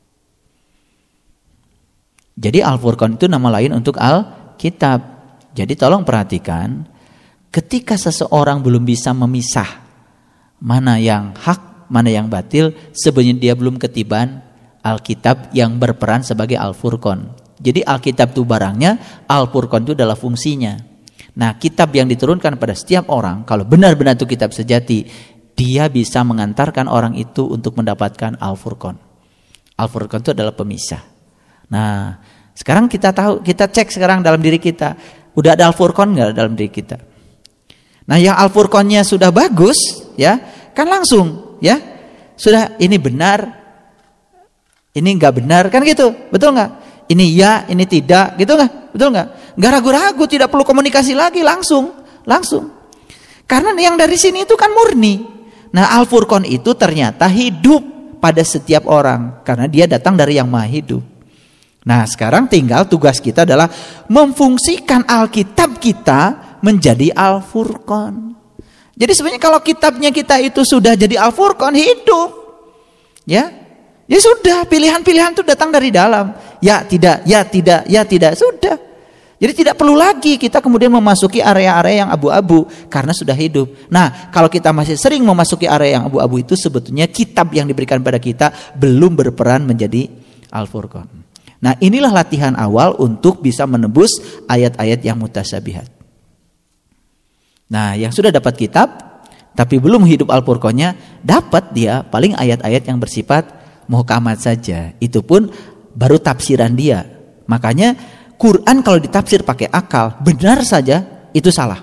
Jadi Al-Furqan itu nama lain untuk Al-Kitab. Jadi tolong perhatikan, ketika seseorang belum bisa memisah mana yang hak, mana yang batil, sebenarnya dia belum ketiban Alkitab yang berperan sebagai Al-Furqan. Jadi Alkitab itu barangnya, Al-Furqan itu adalah fungsinya. Nah, kitab yang diturunkan pada setiap orang, kalau benar-benar itu kitab sejati, dia bisa mengantarkan orang itu untuk mendapatkan Al-Furqan. Al-Furqan itu adalah pemisah. Nah, sekarang kita tahu, kita cek sekarang dalam diri kita, udah ada Al-Furqan nggak dalam diri kita? Nah, yang Al-Furqannya sudah bagus, ya, kan langsung, ya, sudah ini benar, ini nggak benar, kan gitu, betul nggak? Ini ya, ini tidak, gitu nggak? Betul nggak? Nggak ragu-ragu, tidak perlu komunikasi lagi, langsung, langsung. Karena yang dari sini itu kan murni. Nah, Al-Furqan itu ternyata hidup pada setiap orang, karena dia datang dari yang maha hidup. Nah, sekarang tinggal tugas kita adalah memfungsikan Alkitab kita menjadi Al-Furqan. Jadi sebenarnya kalau kitabnya kita itu sudah jadi Al-Furqan, hidup. Ya. Ya sudah, pilihan-pilihan itu datang dari dalam. Ya, tidak, ya, tidak, ya, tidak, sudah. Jadi tidak perlu lagi kita kemudian memasuki area-area yang abu-abu karena sudah hidup. Nah, kalau kita masih sering memasuki area yang abu-abu itu, sebetulnya kitab yang diberikan pada kita belum berperan menjadi Al-Furqan. Nah, inilah latihan awal untuk bisa menebus ayat-ayat yang mutasyabihat. Nah, yang sudah dapat kitab tapi belum hidup Al-Furqannya, dapat dia paling ayat-ayat yang bersifat muhkamat saja. Itu pun baru tafsiran dia. Makanya Quran kalau ditafsir pakai akal, benar saja itu salah.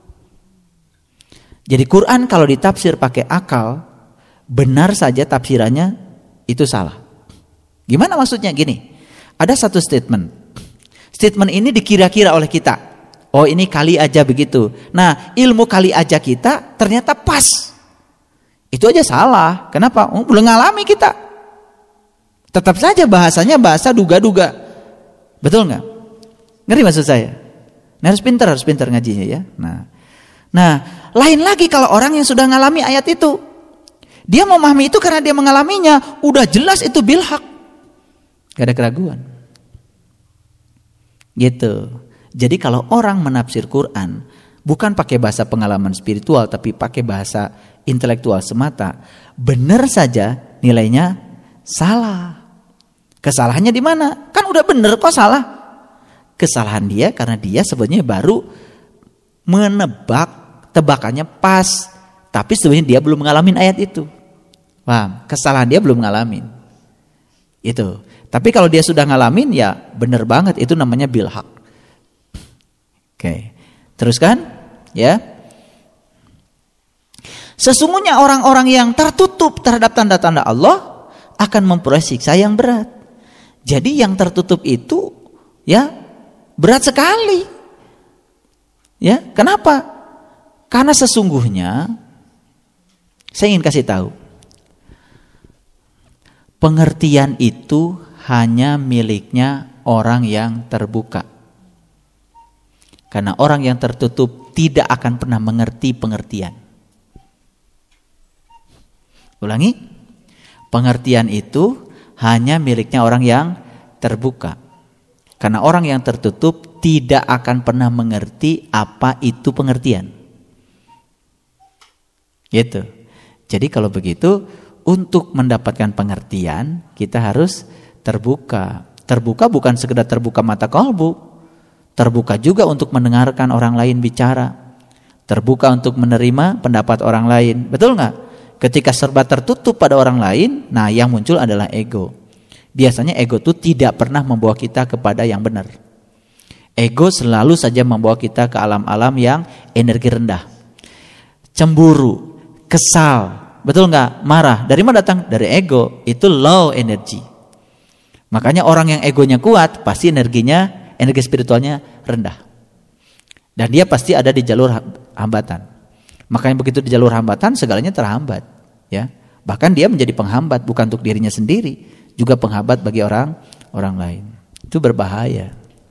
Jadi Quran kalau ditafsir pakai akal, benar saja tafsirannya itu salah. Gimana maksudnya? Gini. Ada satu statement. Statement ini dikira-kira oleh kita. Oh ini kali aja begitu. Nah ilmu kali aja kita ternyata pas. Itu aja salah. Kenapa? Oh, belum ngalami kita. Tetap saja bahasanya bahasa duga-duga. Betul nggak? Ngerti maksud saya? Nah, harus pintar, harus pintar ngajinya ya. Nah, nah lain lagi kalau orang yang sudah ngalami ayat itu. Dia mau memahami itu karena dia mengalaminya. Udah jelas itu bilhaq. Gak ada keraguan. Gitu. Jadi kalau orang menafsir Quran bukan pakai bahasa pengalaman spiritual tapi pakai bahasa intelektual semata, benar saja nilainya salah. Kesalahannya di mana? Kan udah benar kok salah. Kesalahan dia karena dia sebenarnya baru menebak, tebakannya pas, tapi sebenarnya dia belum ngalamin ayat itu. Paham? Kesalahan dia belum ngalamin. Itu. Tapi kalau dia sudah ngalamin ya benar banget, itu namanya bilhaq. Oke, teruskan ya. Sesungguhnya orang-orang yang tertutup terhadap tanda-tanda Allah akan memperoleh siksa yang berat. Jadi yang tertutup itu ya berat sekali. Ya, kenapa? Karena sesungguhnya saya ingin kasih tahu. Pengertian itu hanya miliknya orang yang terbuka. Karena orang yang tertutup tidak akan pernah mengerti pengertian. Ulangi. Pengertian itu hanya miliknya orang yang terbuka. Karena orang yang tertutup tidak akan pernah mengerti apa itu pengertian. Gitu. Jadi kalau begitu, untuk mendapatkan pengertian kita harus terbuka. Terbuka bukan sekedar terbuka mata kalbu. Terbuka juga untuk mendengarkan orang lain bicara. Terbuka untuk menerima pendapat orang lain. Betul nggak? Ketika serba tertutup pada orang lain, nah yang muncul adalah ego. Biasanya ego itu tidak pernah membawa kita kepada yang benar. Ego selalu saja membawa kita ke alam-alam yang energi rendah. Cemburu, kesal, betul nggak? Marah. Dari mana datang? Dari ego. Itu low energy. Makanya orang yang egonya kuat pasti energinya energi spiritualnya rendah. Dan dia pasti ada di jalur hambatan. Makanya begitu di jalur hambatan segalanya terhambat, ya. Bahkan dia menjadi penghambat bukan untuk dirinya sendiri, juga penghambat bagi orang orang lain. Itu berbahaya.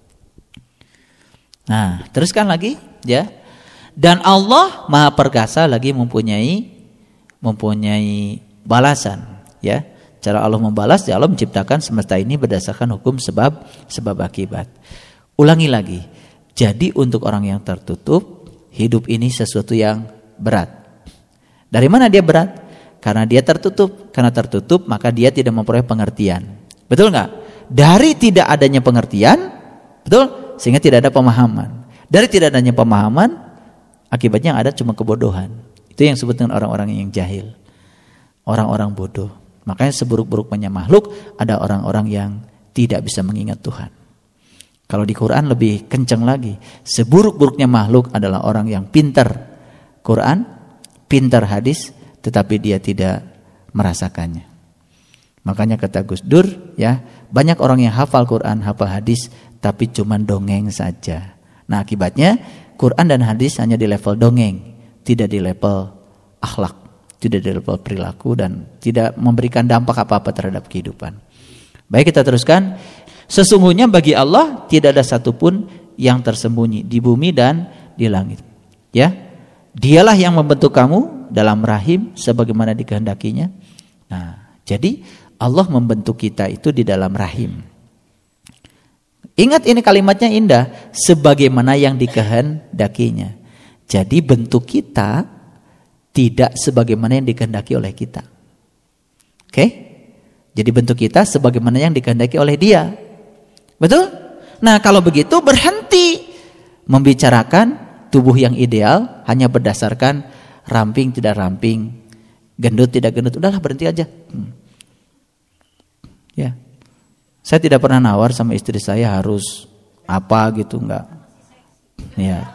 Nah, teruskan lagi, ya. Dan Allah Maha Perkasa lagi mempunyai mempunyai balasan, ya. Cara Allah membalas, ya Allah menciptakan semesta ini berdasarkan hukum sebab sebab akibat. Ulangi lagi. Jadi untuk orang yang tertutup, hidup ini sesuatu yang berat. Dari mana dia berat? Karena dia tertutup. Karena tertutup maka dia tidak memperoleh pengertian. Betul nggak? Dari tidak adanya pengertian, betul? Sehingga tidak ada pemahaman. Dari tidak adanya pemahaman, akibatnya yang ada cuma kebodohan. Itu yang disebut dengan orang-orang yang jahil. Orang-orang bodoh. Makanya seburuk-buruknya makhluk ada orang-orang yang tidak bisa mengingat Tuhan. Kalau di Quran lebih kencang lagi. Seburuk-buruknya makhluk adalah orang yang pintar Quran, pintar hadis, tetapi dia tidak merasakannya. Makanya kata Gus Dur, ya, banyak orang yang hafal Quran, hafal hadis, tapi cuma dongeng saja. Nah akibatnya Quran dan hadis hanya di level dongeng, tidak di level akhlak. Tidak di level perilaku dan tidak memberikan dampak apa-apa terhadap kehidupan. Baik, kita teruskan. Sesungguhnya bagi Allah tidak ada satupun yang tersembunyi di bumi dan di langit. Ya, Dialah yang membentuk kamu dalam rahim sebagaimana dikehendakinya. Nah, jadi Allah membentuk kita itu di dalam rahim. Ingat ini kalimatnya indah, sebagaimana yang dikehendakinya. Jadi bentuk kita tidak sebagaimana yang dikehendaki oleh kita. Oke? Jadi bentuk kita sebagaimana yang dikehendaki oleh Dia. Betul? Nah, kalau begitu berhenti membicarakan tubuh yang ideal hanya berdasarkan ramping tidak ramping, gendut tidak gendut. Udahlah, berhenti aja. Hmm. Ya. Saya tidak pernah nawar sama istri saya harus apa gitu, enggak. Ya.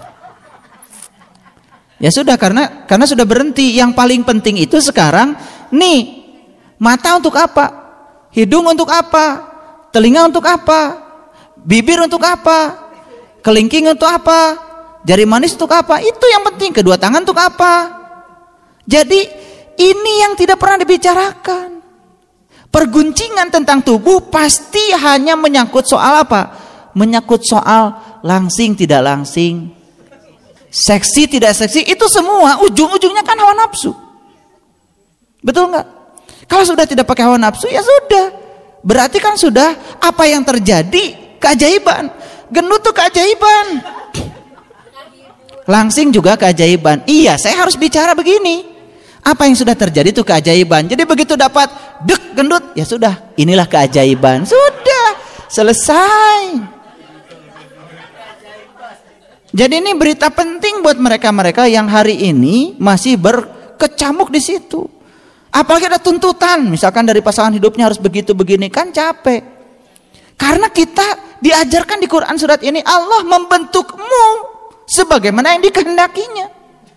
Ya sudah, karena karena sudah berhenti. Yang paling penting itu sekarang nih, mata untuk apa? Hidung untuk apa? Telinga untuk apa? Bibir untuk apa? Kelingking untuk apa? Jari manis untuk apa? Itu yang penting. Kedua tangan untuk apa? Jadi ini yang tidak pernah dibicarakan. Perguncingan tentang tubuh pasti hanya menyangkut soal apa? Menyangkut soal langsing tidak langsing, seksi tidak seksi. Itu semua ujung-ujungnya kan hawa nafsu. Betul nggak? Kalau sudah tidak pakai hawa nafsu ya sudah. Berarti kan sudah apa yang terjadi keajaiban. Gendut tuh keajaiban. Langsing juga keajaiban. Iya, saya harus bicara begini. Apa yang sudah terjadi itu keajaiban. Jadi begitu dapat dek gendut, ya sudah, inilah keajaiban. Sudah, selesai. Jadi ini berita penting buat mereka-mereka yang hari ini masih berkecamuk di situ. Apalagi ada tuntutan, misalkan dari pasangan hidupnya harus begitu begini, kan capek. Karena kita diajarkan di Quran surat ini, Allah membentukmu sebagaimana yang dikehendakinya.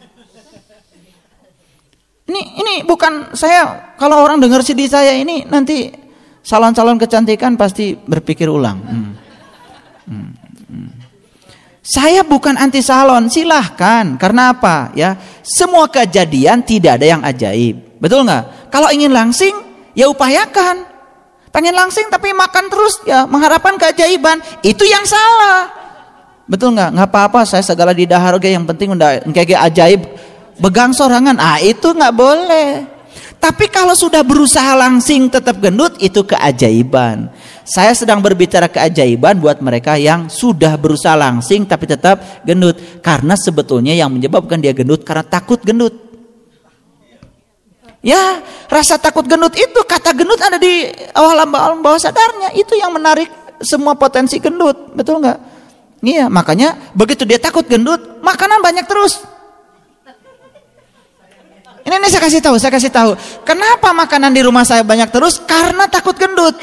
Ini ini bukan saya, kalau orang dengar C D saya ini nanti salon-salon kecantikan pasti berpikir ulang. Hmm. Hmm. Hmm. Saya bukan anti salon, silahkan. Karena apa? Ya, semua kejadian tidak ada yang ajaib, betul nggak? Kalau ingin langsing, ya upayakan. Pengen langsing tapi makan terus, ya mengharapkan keajaiban, itu yang salah, betul nggak? Nggak apa-apa, saya segala di dahar, oke, yang penting udah kayak ajaib. Begang sorangan, ah itu nggak boleh. Tapi kalau sudah berusaha langsing tetap gendut, itu keajaiban. Saya sedang berbicara keajaiban buat mereka yang sudah berusaha langsing tapi tetap gendut. Karena sebetulnya yang menyebabkan dia gendut karena takut gendut. Ya, rasa takut gendut itu, kata gendut ada di alam bawah sadarnya. Itu yang menarik semua potensi gendut, betul nggak? Iya, makanya begitu dia takut gendut, makanan banyak terus. Ini, ini saya kasih tahu, saya kasih tahu. Kenapa makanan di rumah saya banyak terus? Karena takut gendut.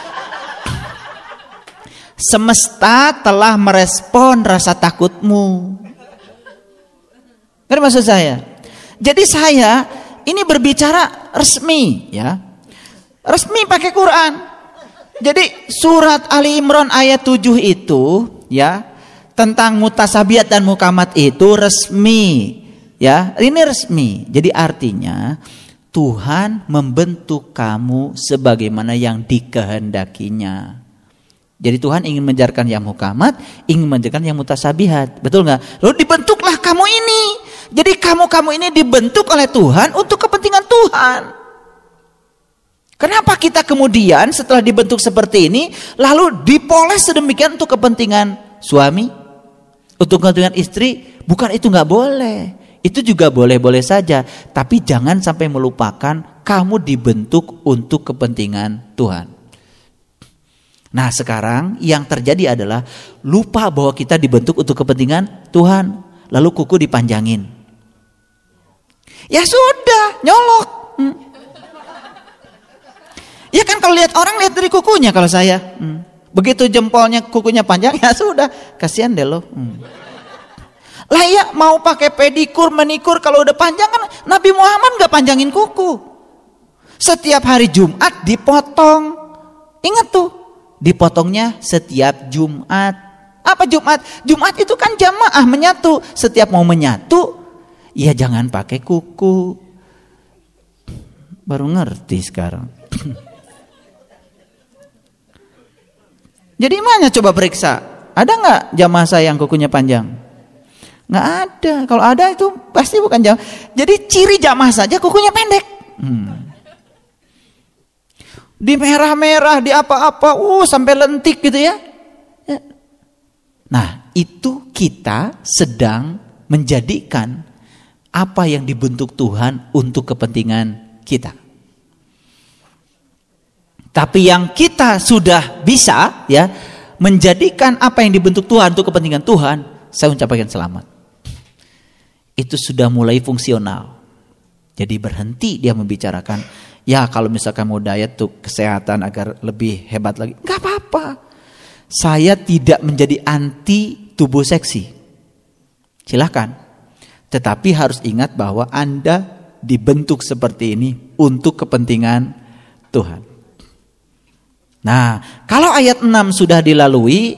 Semesta telah merespon rasa takutmu. Ngerti maksud saya? Jadi saya ini berbicara resmi, ya. Resmi pakai Quran. Jadi surat Ali Imran ayat tujuh itu, ya, tentang mutasabiat dan mukamat itu resmi. Ya, ini resmi. Jadi artinya Tuhan membentuk kamu sebagaimana yang dikehendakinya. Jadi Tuhan ingin mengajarkan yang mukamat, ingin mengajarkan yang mutasabihat. Betul nggak? Lalu dibentuklah kamu ini. Jadi kamu-kamu ini dibentuk oleh Tuhan untuk kepentingan Tuhan. Kenapa kita kemudian setelah dibentuk seperti ini lalu dipoles sedemikian untuk kepentingan suami, untuk kepentingan istri? Bukan, itu nggak boleh. Itu juga boleh-boleh saja, tapi jangan sampai melupakan kamu dibentuk untuk kepentingan Tuhan. Nah, sekarang yang terjadi adalah lupa bahwa kita dibentuk untuk kepentingan Tuhan, lalu kuku dipanjangin. Ya sudah, nyolok. Hmm. Ya kan kalau lihat orang lihat dari kukunya, kalau saya. Hmm. Begitu jempolnya kukunya panjang, ya sudah, kasihan deh lo. Hmm. Lah ya, mau pakai pedikur, manikur, kalau udah panjang kan Nabi Muhammad gak panjangin kuku. Setiap hari Jumat dipotong. Ingat tuh, dipotongnya setiap Jumat. Apa Jumat? Jumat itu kan jamaah menyatu. Setiap mau menyatu, ya jangan pakai kuku. Baru ngerti sekarang. Jadi mana coba periksa? Ada gak jamaah saya yang kukunya panjang? Nggak ada. Kalau ada itu pasti bukan jamaah. Jadi ciri jamaah saja kukunya pendek. Hmm. Di merah-merah, di apa-apa, uh sampai lentik gitu ya. ya. Nah, itu kita sedang menjadikan apa yang dibentuk Tuhan untuk kepentingan kita. Tapi yang kita sudah bisa ya menjadikan apa yang dibentuk Tuhan untuk kepentingan Tuhan, saya ucapkan selamat. Itu sudah mulai fungsional. Jadi berhenti dia membicarakan, ya kalau misalkan mau diet tuh kesehatan agar lebih hebat lagi. Gak apa-apa. Saya tidak menjadi anti tubuh seksi. Silahkan. Tetapi harus ingat bahwa Anda dibentuk seperti ini untuk kepentingan Tuhan. Nah, kalau ayat enam sudah dilalui,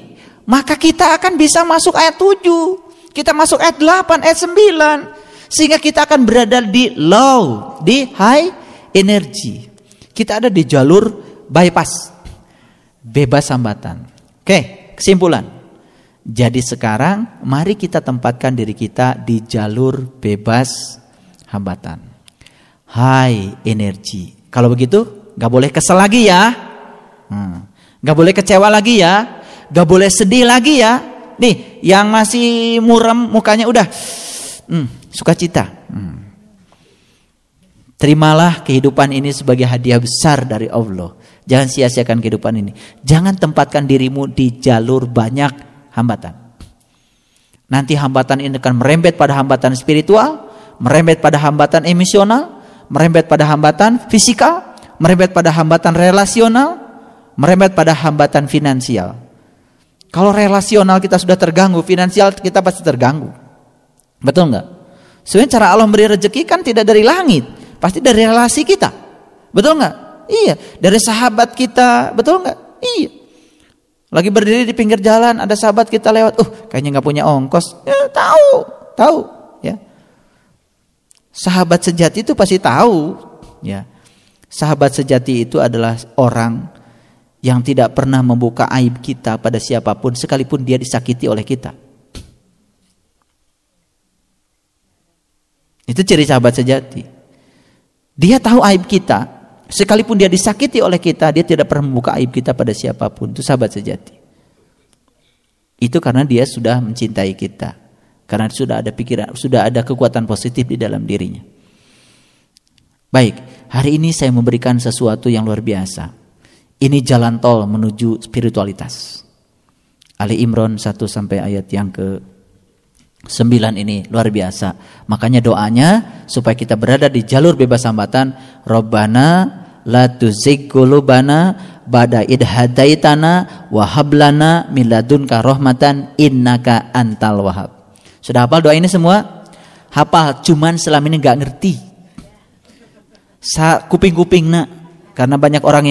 maka kita akan bisa masuk ayat tujuh. Kita masuk ayat delapan, ayat sembilan. Sehingga kita akan berada di low, di high energy. Kita ada di jalur bypass, bebas hambatan. Oke, kesimpulan. Jadi sekarang mari kita tempatkan diri kita di jalur bebas hambatan, high energy. Kalau begitu gak boleh kesel lagi ya, hmm. gak boleh kecewa lagi ya, gak boleh sedih lagi ya. Nih yang masih muram mukanya udah hmm, sukacita. hmm. Terimalah kehidupan ini sebagai hadiah besar dari Allah. Jangan sia-siakan kehidupan ini. Jangan tempatkan dirimu di jalur banyak hambatan. Nanti hambatan ini akan merembet pada hambatan spiritual, merembet pada hambatan emosional, merembet pada hambatan fisikal, merembet pada hambatan relasional, merembet pada hambatan finansial. Kalau relasional kita sudah terganggu, finansial kita pasti terganggu. Betul nggak? Sebenarnya cara Allah memberi rezeki kan tidak dari langit, pasti dari relasi kita. Betul nggak? Iya, dari sahabat kita. Betul nggak? Iya. Lagi berdiri di pinggir jalan, ada sahabat kita lewat, uh kayaknya nggak punya ongkos. Ya, tahu, tahu. Ya. Sahabat sejati itu pasti tahu. Ya. Sahabat sejati itu adalah orang yang tidak pernah membuka aib kita pada siapapun, sekalipun dia disakiti oleh kita. Itu ciri sahabat sejati. Dia tahu aib kita, sekalipun dia disakiti oleh kita, dia tidak pernah membuka aib kita pada siapapun. Itu sahabat sejati. Itu karena dia sudah mencintai kita, karena sudah ada pikiran, sudah ada kekuatan positif di dalam dirinya. Baik, hari ini saya memberikan sesuatu yang luar biasa. Ini jalan tol menuju spiritualitas. Ali Imran satu sampai ayat yang ke sembilan ini luar biasa. Makanya doanya supaya kita berada di jalur bebas hambatan. Rabbana la tuzigh qulubana ba'da idh hadaitana wa hab lana min ladunka rahmatan innaka antal wahhab. Sudah hafal doa ini semua? Hafal, cuman selama ini enggak ngerti. Sa kuping-kuping nak, karena banyak orang yang